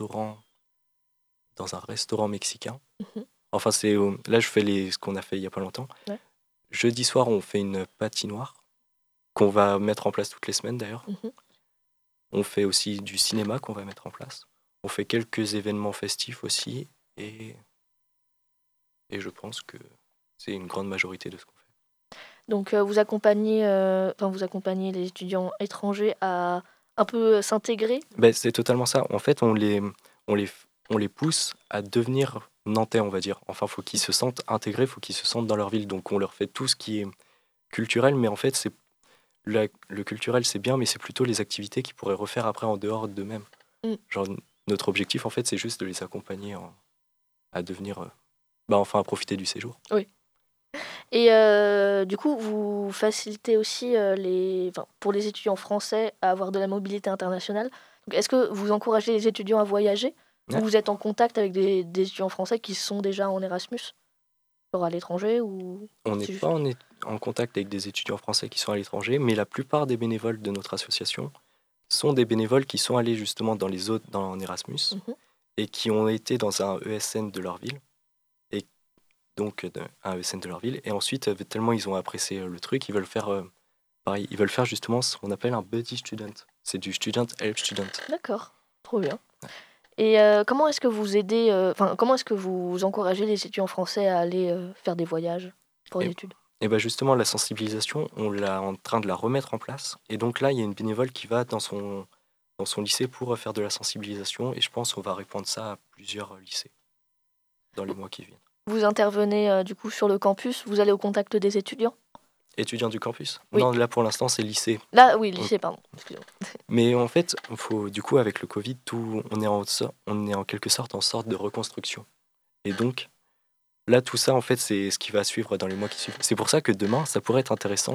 dans un restaurant mexicain. Mhm. Enfin, là, je fais ce qu'on a fait il y a pas longtemps. Ouais. Jeudi soir, on fait une patinoire qu'on va mettre en place toutes les semaines d'ailleurs. Mhm. On fait aussi du cinéma qu'on va mettre en place. On fait quelques événements festifs aussi et je pense que c'est une grande majorité de ce qu'on fait. Donc, vous accompagnez les étudiants étrangers à un peu s'intégrer. C'est totalement ça. En fait, on les pousse à devenir nantais, on va dire. Enfin, faut qu'ils se sentent intégrés, faut qu'ils se sentent dans leur ville. Donc, on leur fait tout ce qui est culturel, mais en fait, le culturel, c'est bien, mais c'est plutôt les activités qu'ils pourraient refaire après en dehors d'eux-mêmes. Mm. Genre, notre objectif, en fait, c'est juste de les accompagner à devenir, à profiter du séjour. Oui. Et du coup, vous facilitez aussi pour les étudiants français à avoir de la mobilité internationale. Donc, est-ce que vous encouragez les étudiants à voyager? Ouais. Ou vous êtes en contact avec des étudiants français qui sont déjà en Erasmus, genre à l'étranger ou... On c'est n'est juste- pas en contact avec des étudiants français qui sont à l'étranger, mais la plupart des bénévoles de notre association sont des bénévoles qui sont allés justement dans Erasmus Mhm. et qui ont été dans un ESN de leur ville. Et donc, un ESN de leur ville. Et ensuite, tellement ils ont apprécié le truc, ils veulent faire pareil. Ils veulent faire justement ce qu'on appelle un buddy student. C'est du student help student. D'accord, trop bien. Et comment est-ce que vous aidez, comment est-ce que vous encouragez les étudiants français à aller faire des voyages pour les études? Et justement, la sensibilisation, on est en train de la remettre en place. Et donc là, il y a une bénévole qui va dans son lycée pour faire de la sensibilisation. Et je pense qu'on va répandre ça à plusieurs lycées dans les mois qui viennent. Vous intervenez du coup sur le campus, vous allez au contact des étudiants? Étudiants du campus? Oui. Non, là pour l'instant c'est lycée. Là, oui, lycée, pardon. Excusez-moi. Mais en fait, du coup avec le Covid, on est en quelque sorte en sorte de reconstruction. Et donc là tout ça en fait c'est ce qui va suivre dans les mois qui suivent. C'est pour ça que demain ça pourrait être intéressant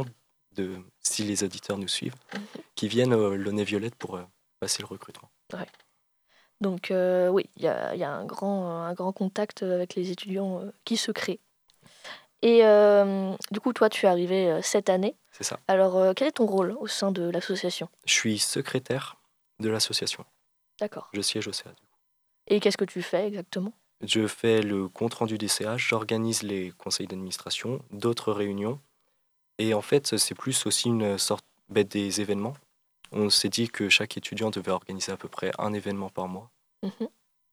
si les auditeurs nous suivent, qui viennent au Launay-Violette pour passer le recrutement. Ouais. Donc oui, il y a un grand contact avec les étudiants qui se crée. Et du coup, toi, tu es arrivé cette année. C'est ça. Alors, quel est ton rôle au sein de l'association? Je suis secrétaire de l'association. D'accord. Je siège au CA. Et qu'est-ce que tu fais exactement? Je fais le compte-rendu des CA, j'organise les conseils d'administration, d'autres réunions. Et en fait, c'est plus aussi une sorte des événements. On s'est dit que chaque étudiant devait organiser à peu près un événement par mois. Mhm.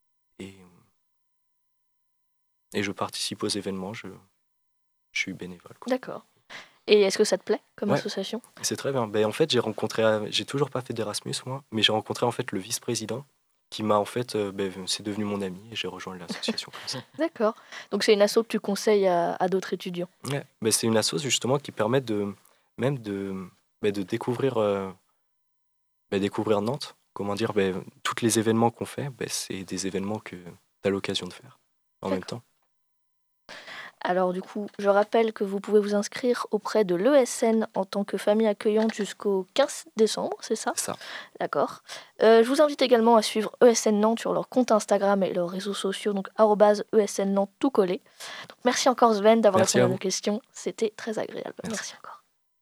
Et je participe aux événements, je suis bénévole. Quoi. D'accord. Et est-ce que ça te plaît comme Ouais. association? C'est très bien. En fait, j'ai toujours pas fait d'Erasmus, moi, mais j'ai rencontré en fait le vice-président qui m'a en fait, c'est devenu mon ami et j'ai rejoint l'association comme ça. D'accord. Donc c'est une asso que tu conseilles à d'autres étudiants? Ouais. C'est une asso justement qui permet de découvrir, découvrir Nantes. Comment dire, tous les événements qu'on fait, c'est des événements que tu as l'occasion de faire en même temps. Alors du coup, je rappelle que vous pouvez vous inscrire auprès de l'ESN en tant que famille accueillante jusqu'au 15 décembre, c'est ça ? C'est ça. D'accord. Je vous invite également à suivre ESN Nantes sur leur compte Instagram et leurs réseaux sociaux, donc @ESN Nantes tout collé. Donc, merci encore Sven d'avoir Merci répondu à à nos vous. questions, c'était très agréable. Merci encore.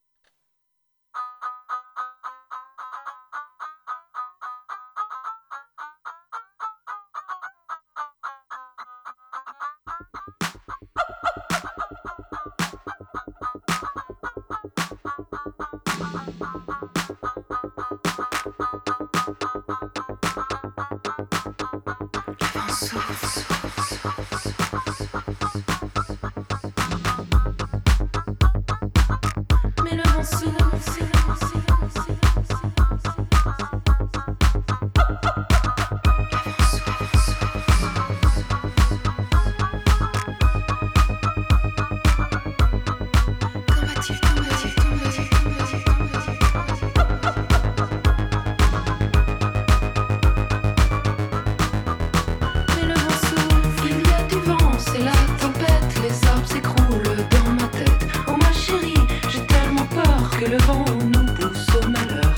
Mais le vent souffle. Quand va-t-il tomber? Mais le vent souffle, il y a du vent, c'est la tempête, les arbres s'écroulent dans ma tête. Oh ma chérie, j'ai tellement peur que le vent nous pousse au malheur.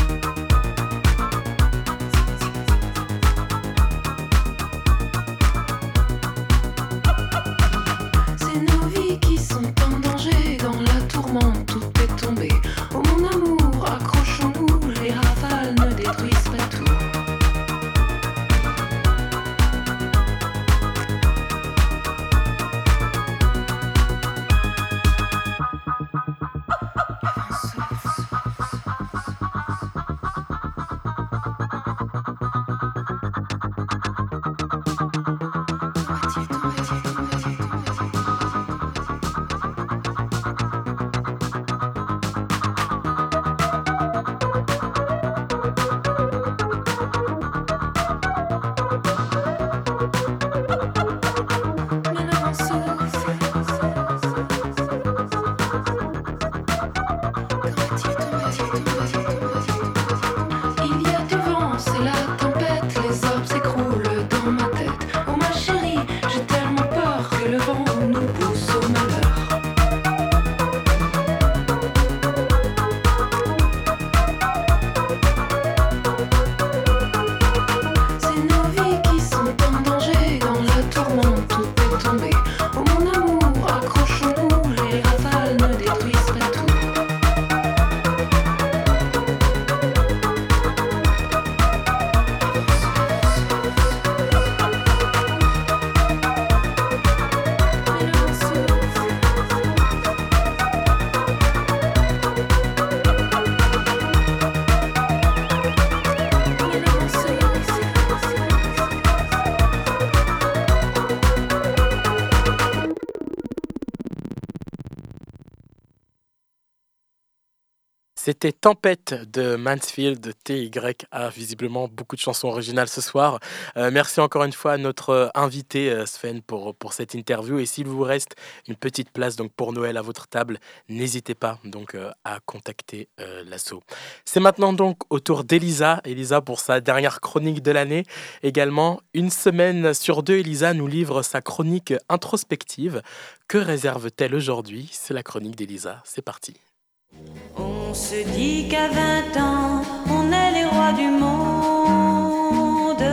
C'est nos vies qui sont en danger, dans la tourmente tout est tombé. Oh mon amour, accrochons-nous, les rafales ne détruisent pas tout. Mais le vent souffle. Quand va-t-il tomber? Il y a du vent, c'est la tempête, les arbres s'écroulent dans ma tête. Oh ma chérie, j'ai tellement peur que le vent nous pousse au malheur. C'est nos vies qui sont en danger, dans la tourmente tout est tombé. Oh mon amour, accrochons-nous, les rafales ne détruisent pas tout. Mais le vent souffle. Mais le vent souffle. C'était Tempête de Mansfield, TYA, visiblement beaucoup de chansons originales ce soir. Merci encore une fois à notre invité Sven pour cette interview. Et s'il vous reste une petite place donc pour Noël à votre table, n'hésitez pas donc à contacter l'asso. C'est maintenant donc au tour d'Elisa. Elisa pour sa dernière chronique de l'année. Également, une semaine sur deux, Elisa nous livre sa chronique introspective. Que réserve-t-elle aujourd'hui? C'est la chronique d'Elisa. C'est parti. On se dit qu'à 20 ans, on est les rois du monde.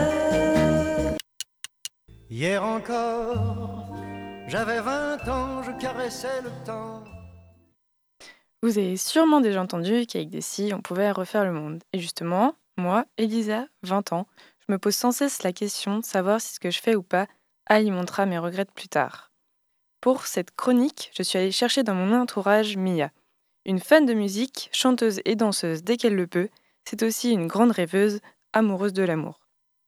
Hier encore, j'avais 20 ans, je caressais le temps. Vous avez sûrement déjà entendu qu'avec des scies, on pouvait refaire le monde. Et justement, moi, Elisa, 20 ans, je me pose sans cesse la question de savoir si ce que je fais ou pas alimentera mes regrets plus tard. Pour cette chronique, je suis allée chercher dans mon entourage Mia. Une fan de musique, chanteuse et danseuse dès qu'elle le peut, c'est aussi une grande rêveuse, amoureuse de l'amour.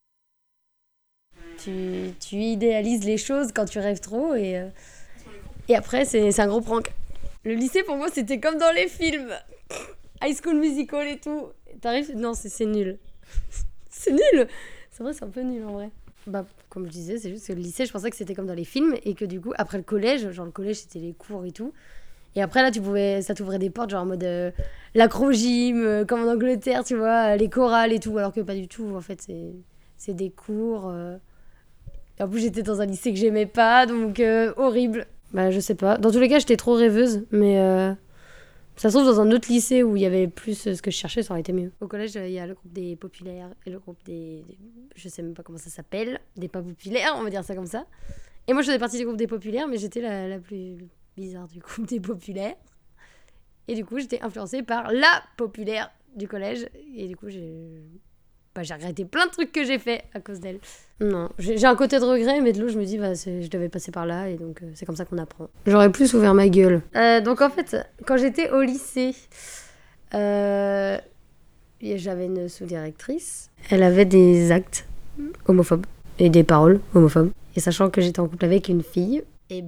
Tu idéalises les choses quand tu rêves trop et après c'est un gros prank. Le lycée pour moi c'était comme dans les films. High School Musical et tout. T'arrives, non c'est nul. C'est nul. C'est vrai c'est un peu nul en vrai. Bah comme je disais c'est juste que le lycée je pensais que c'était comme dans les films et que du coup après le collège, genre le collège c'était les cours et tout. Et après, là, ça t'ouvrait des portes, genre en mode l'acro-gym, comme en Angleterre, tu vois, les chorales et tout, alors que pas du tout. En fait, c'est des cours. Et en plus, j'étais dans un lycée que j'aimais pas, donc horrible. Bah, je sais pas. Dans tous les cas, j'étais trop rêveuse, mais ça se trouve dans un autre lycée où il y avait plus ce que je cherchais, ça aurait été mieux. Au collège, il y a le groupe des populaires et le groupe des... Je sais même pas comment ça s'appelle. Des pas populaires, on va dire ça comme ça. Et moi, je faisais partie du groupe des populaires, mais j'étais la plus bizarre du groupe des populaires. Et du coup, j'étais influencée par la populaire du collège. Et du coup, j'ai regretté plein de trucs que j'ai fait à cause d'elle. Non, j'ai un côté de regret, mais de l'autre, je me dis, je devais passer par là, et donc c'est comme ça qu'on apprend. J'aurais plus ouvert ma gueule. Donc en fait, quand j'étais au lycée, j'avais une sous-directrice. Elle avait des actes homophobes et des paroles homophobes. Et sachant que j'étais en couple avec une fille, et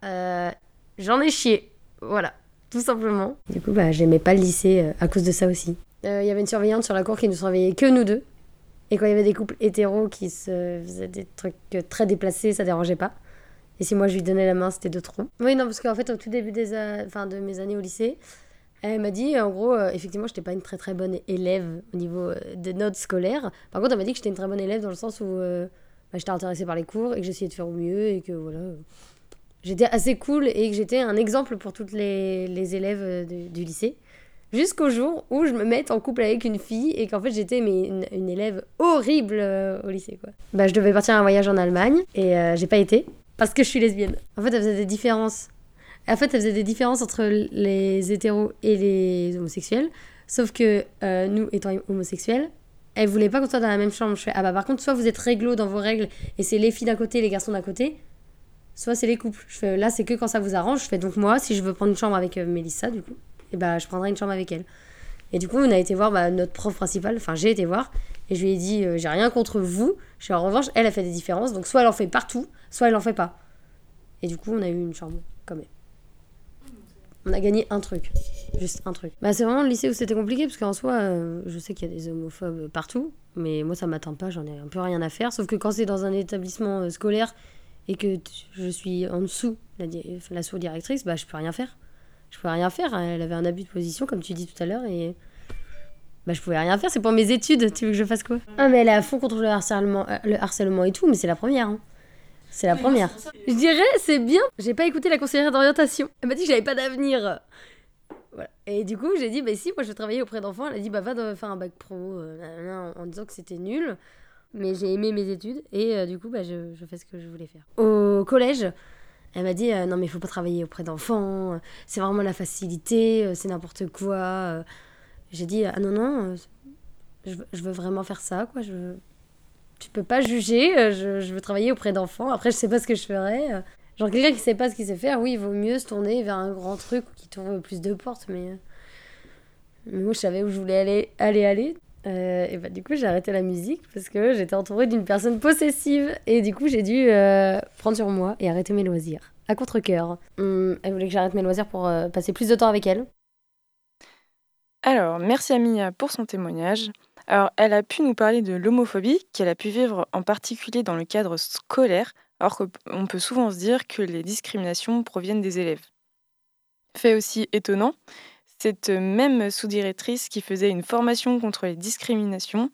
j'en ai chié. Voilà, tout simplement. Du coup, j'aimais pas le lycée à cause de ça aussi. Il y avait une surveillante sur la cour qui ne surveillait que nous deux. Et quand il y avait des couples hétéros qui se faisaient des trucs très déplacés, ça dérangeait pas. Et si moi je lui donnais la main, c'était de trop. Oui, non, parce qu'en fait, au tout début de mes années au lycée, elle m'a dit, en gros, effectivement, j'étais pas une très très bonne élève au niveau de notes scolaires. Par contre, elle m'a dit que j'étais une très bonne élève dans le sens où j'étais intéressée par les cours et que j'essayais de faire au mieux et que voilà, j'étais assez cool et que j'étais un exemple pour toutes les élèves du lycée. Jusqu'au jour où je me mette en couple avec une fille et qu'en fait j'étais une élève horrible au lycée, quoi. Je devais partir à un voyage en Allemagne et j'ai pas été parce que je suis lesbienne. En fait, elle faisait des différences. Entre les hétéros et les homosexuels. Sauf que nous, étant homosexuels, elle voulait pas qu'on soit dans la même chambre. Je fais, par contre, soit vous êtes réglo dans vos règles et c'est les filles d'un côté et les garçons d'un côté, soit c'est les couples. Je fais, là, c'est que quand ça vous arrange. Je fais, donc moi, si je veux prendre une chambre avec Mélissa, du coup, et je prendrai une chambre avec elle. Et du coup, on a été voir notre prof principal, j'ai été voir, et je lui ai dit, j'ai rien contre vous. En revanche, elle a fait des différences, donc soit elle en fait partout, soit elle en fait pas. Et du coup, on a eu une chambre, quand même. On a gagné un truc, juste un truc. C'est vraiment le lycée où c'était compliqué, parce qu'en soi, je sais qu'il y a des homophobes partout, mais moi, ça m'atteint pas, j'en ai un peu rien à faire, sauf que quand c'est dans un établissement scolaire, et que je suis en dessous, la sous-directrice, je peux rien faire. Je pouvais rien faire, elle avait un abus de position comme tu dis tout à l'heure et je pouvais rien faire, c'est pour mes études, tu veux que je fasse quoi? Ah mais elle est à fond contre le harcèlement et tout, mais c'est la première, hein. C'est la première. Je dirais, c'est bien, j'ai pas écouté la conseillère d'orientation, elle m'a dit que j'avais pas d'avenir. Voilà. Et du coup j'ai dit si, moi je travaillais auprès d'enfants, elle a dit va faire un bac pro, en disant que c'était nul, mais j'ai aimé mes études et du coup je fais ce que je voulais faire. Au collège, elle m'a dit non mais il faut pas travailler auprès d'enfants, c'est vraiment la facilité, c'est n'importe quoi. J'ai dit non, je veux vraiment faire ça, quoi. Tu peux pas juger, je veux travailler auprès d'enfants. Après je sais pas ce que je ferais. Genre quelqu'un qui sait pas ce qu'il sait faire, oui il vaut mieux se tourner vers un grand truc qui t'ouvre plus de portes, mais moi je savais où je voulais aller. Et du coup j'ai arrêté la musique parce que j'étais entourée d'une personne possessive et du coup j'ai dû prendre sur moi et arrêter mes loisirs à contre-cœur. Elle voulait que j'arrête mes loisirs pour passer plus de temps avec elle. Alors merci à Mia pour son témoignage. Alors elle a pu nous parler de l'homophobie qu'elle a pu vivre en particulier dans le cadre scolaire, alors qu'on peut souvent se dire que les discriminations proviennent des élèves. Fait aussi étonnant, cette même sous-directrice qui faisait une formation contre les discriminations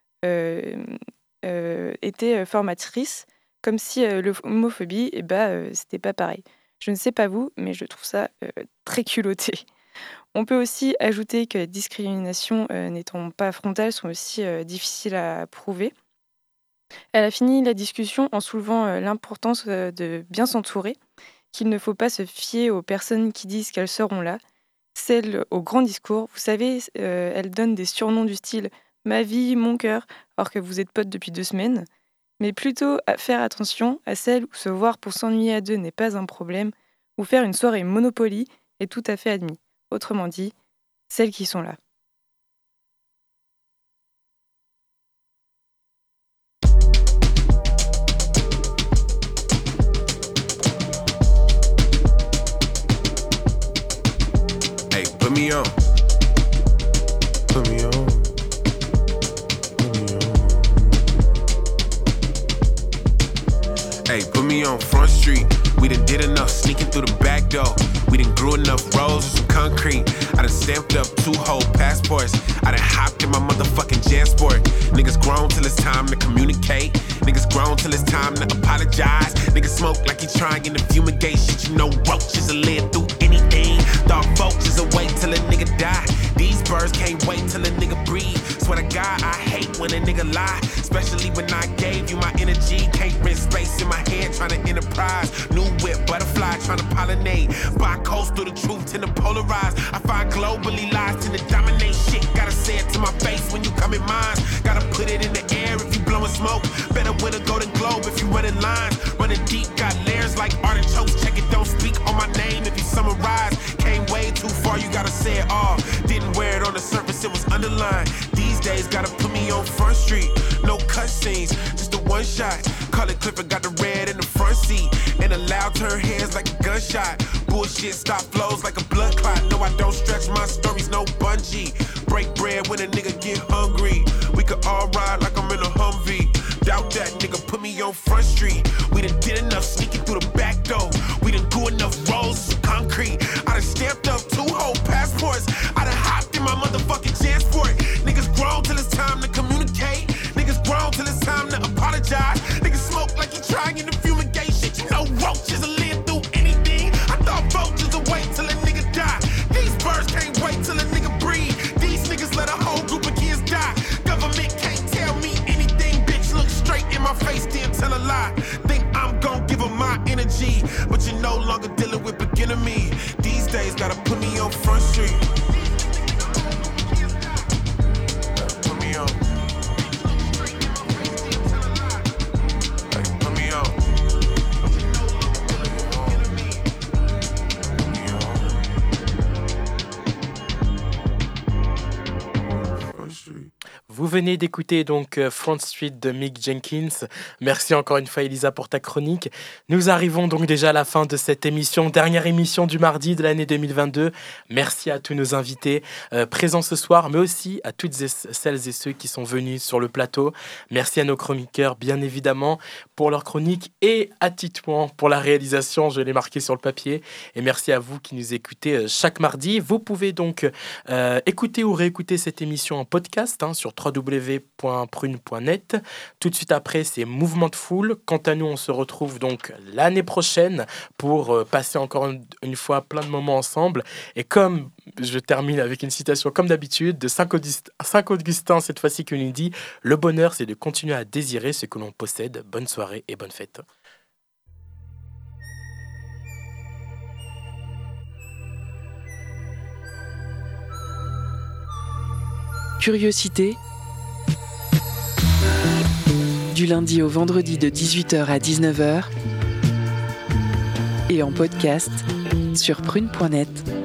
était formatrice, comme si l'homophobie, c'était pas pareil. Je ne sais pas vous, mais je trouve ça très culotté. On peut aussi ajouter que les discriminations n'étant pas frontales sont aussi difficiles à prouver. Elle a fini la discussion en soulevant l'importance de bien s'entourer, qu'il ne faut pas se fier aux personnes qui disent qu'elles seront là. Celle au grand discours, vous savez, elle donne des surnoms du style « ma vie, mon cœur », alors que vous êtes potes depuis 2 semaines. Mais plutôt à faire attention à celles où se voir pour s'ennuyer à 2 n'est pas un problème, ou faire une soirée Monopoly est tout à fait admis. Autrement dit, celles qui sont là. Put me on. Put me on. Put me on. Hey, put me on Front Street. We done did enough sneaking through the back door. We done grew enough roads with some concrete. I done stamped up 2 whole passports. I done hopped in my motherfucking JanSport. Niggas Niggas grown till it's time to communicate. Niggas grown till it's time to apologize. Niggas smoke like he trying to fumigate shit. You know roaches will live through anything. Dog vultures will wait till a nigga die. These birds can't wait till a nigga breathe. Swear to God, I hate when a nigga lie. Especially when I gave you my energy. Can't rent space in my head trying to enterprise. New whip, butterfly trying to pollinate. Bi-coastal, the truth tend to polarize. I find globally lies tend to dominate shit. Gotta say it to my face when you come in mine. Gotta put it in the air if you blowing smoke. Better win a golden globe if you running lines. Running deep, got layers like artichokes. Check it, don't speak on my name if you summarize. Came way too far, you gotta say it all. Didn't wear it on the surface, it was underlined. These days, gotta put me on Front Street. No cutscenes, just a one shot. Call it Clifford, got the red in the front seat. And a loud turn heads like a gunshot. Bullshit stop flows like a blood clot. No, I don't stretch my stories, no bungee. Break bread when a nigga get hungry. We could all ride like I'm in a Humvee. Doubt that, nigga, put me on Front Street. We done did enough sneaking through the back door. We done do enough rolls of concrete. I done stamped up 2 whole passports. I done hopped in my motherfucking transport. Niggas grown till it's time to communicate. Niggas grown till it's time to apologize. Niggas smoke like he trying to fumigate shit. You know roaches will live through anything. I thought vultures will wait till a nigga die. These birds can't wait till a nigga breathe. These niggas let a whole group of kids die. Government can't tell me anything, bitch. Look straight in my face, then tell a lie. Think I'm gon' give them my energy, but you're no longer dealing with beginner me. These days gotta put me on Front Street. Put me on. Put me on. Vous venez d'écouter donc Front Street de Mick Jenkins. Merci encore une fois Elisa pour ta chronique. Nous arrivons donc déjà à la fin de cette émission, dernière émission du mardi de l'année 2022. Merci à tous nos invités présents ce soir, mais aussi à toutes celles et ceux qui sont venus sur le plateau. Merci à nos chroniqueurs bien évidemment pour leur chronique et à Titouan pour la réalisation, je l'ai marqué sur le papier. Et merci à vous qui nous écoutez chaque mardi. Vous pouvez donc écouter ou réécouter cette émission en podcast sur www.prune.net. Tout de suite après, c'est Mouvement de Foule. Quant à nous, on se retrouve donc l'année prochaine pour passer encore une fois plein de moments ensemble. Et comme je termine avec une citation comme d'habitude de Saint-Augustin, cette fois-ci qui nous dit « Le bonheur, c'est de continuer à désirer ce que l'on possède. Bonne soirée et bonne fête. » Curiosité. Du lundi au vendredi de 18h à 19h et en podcast sur prune.net.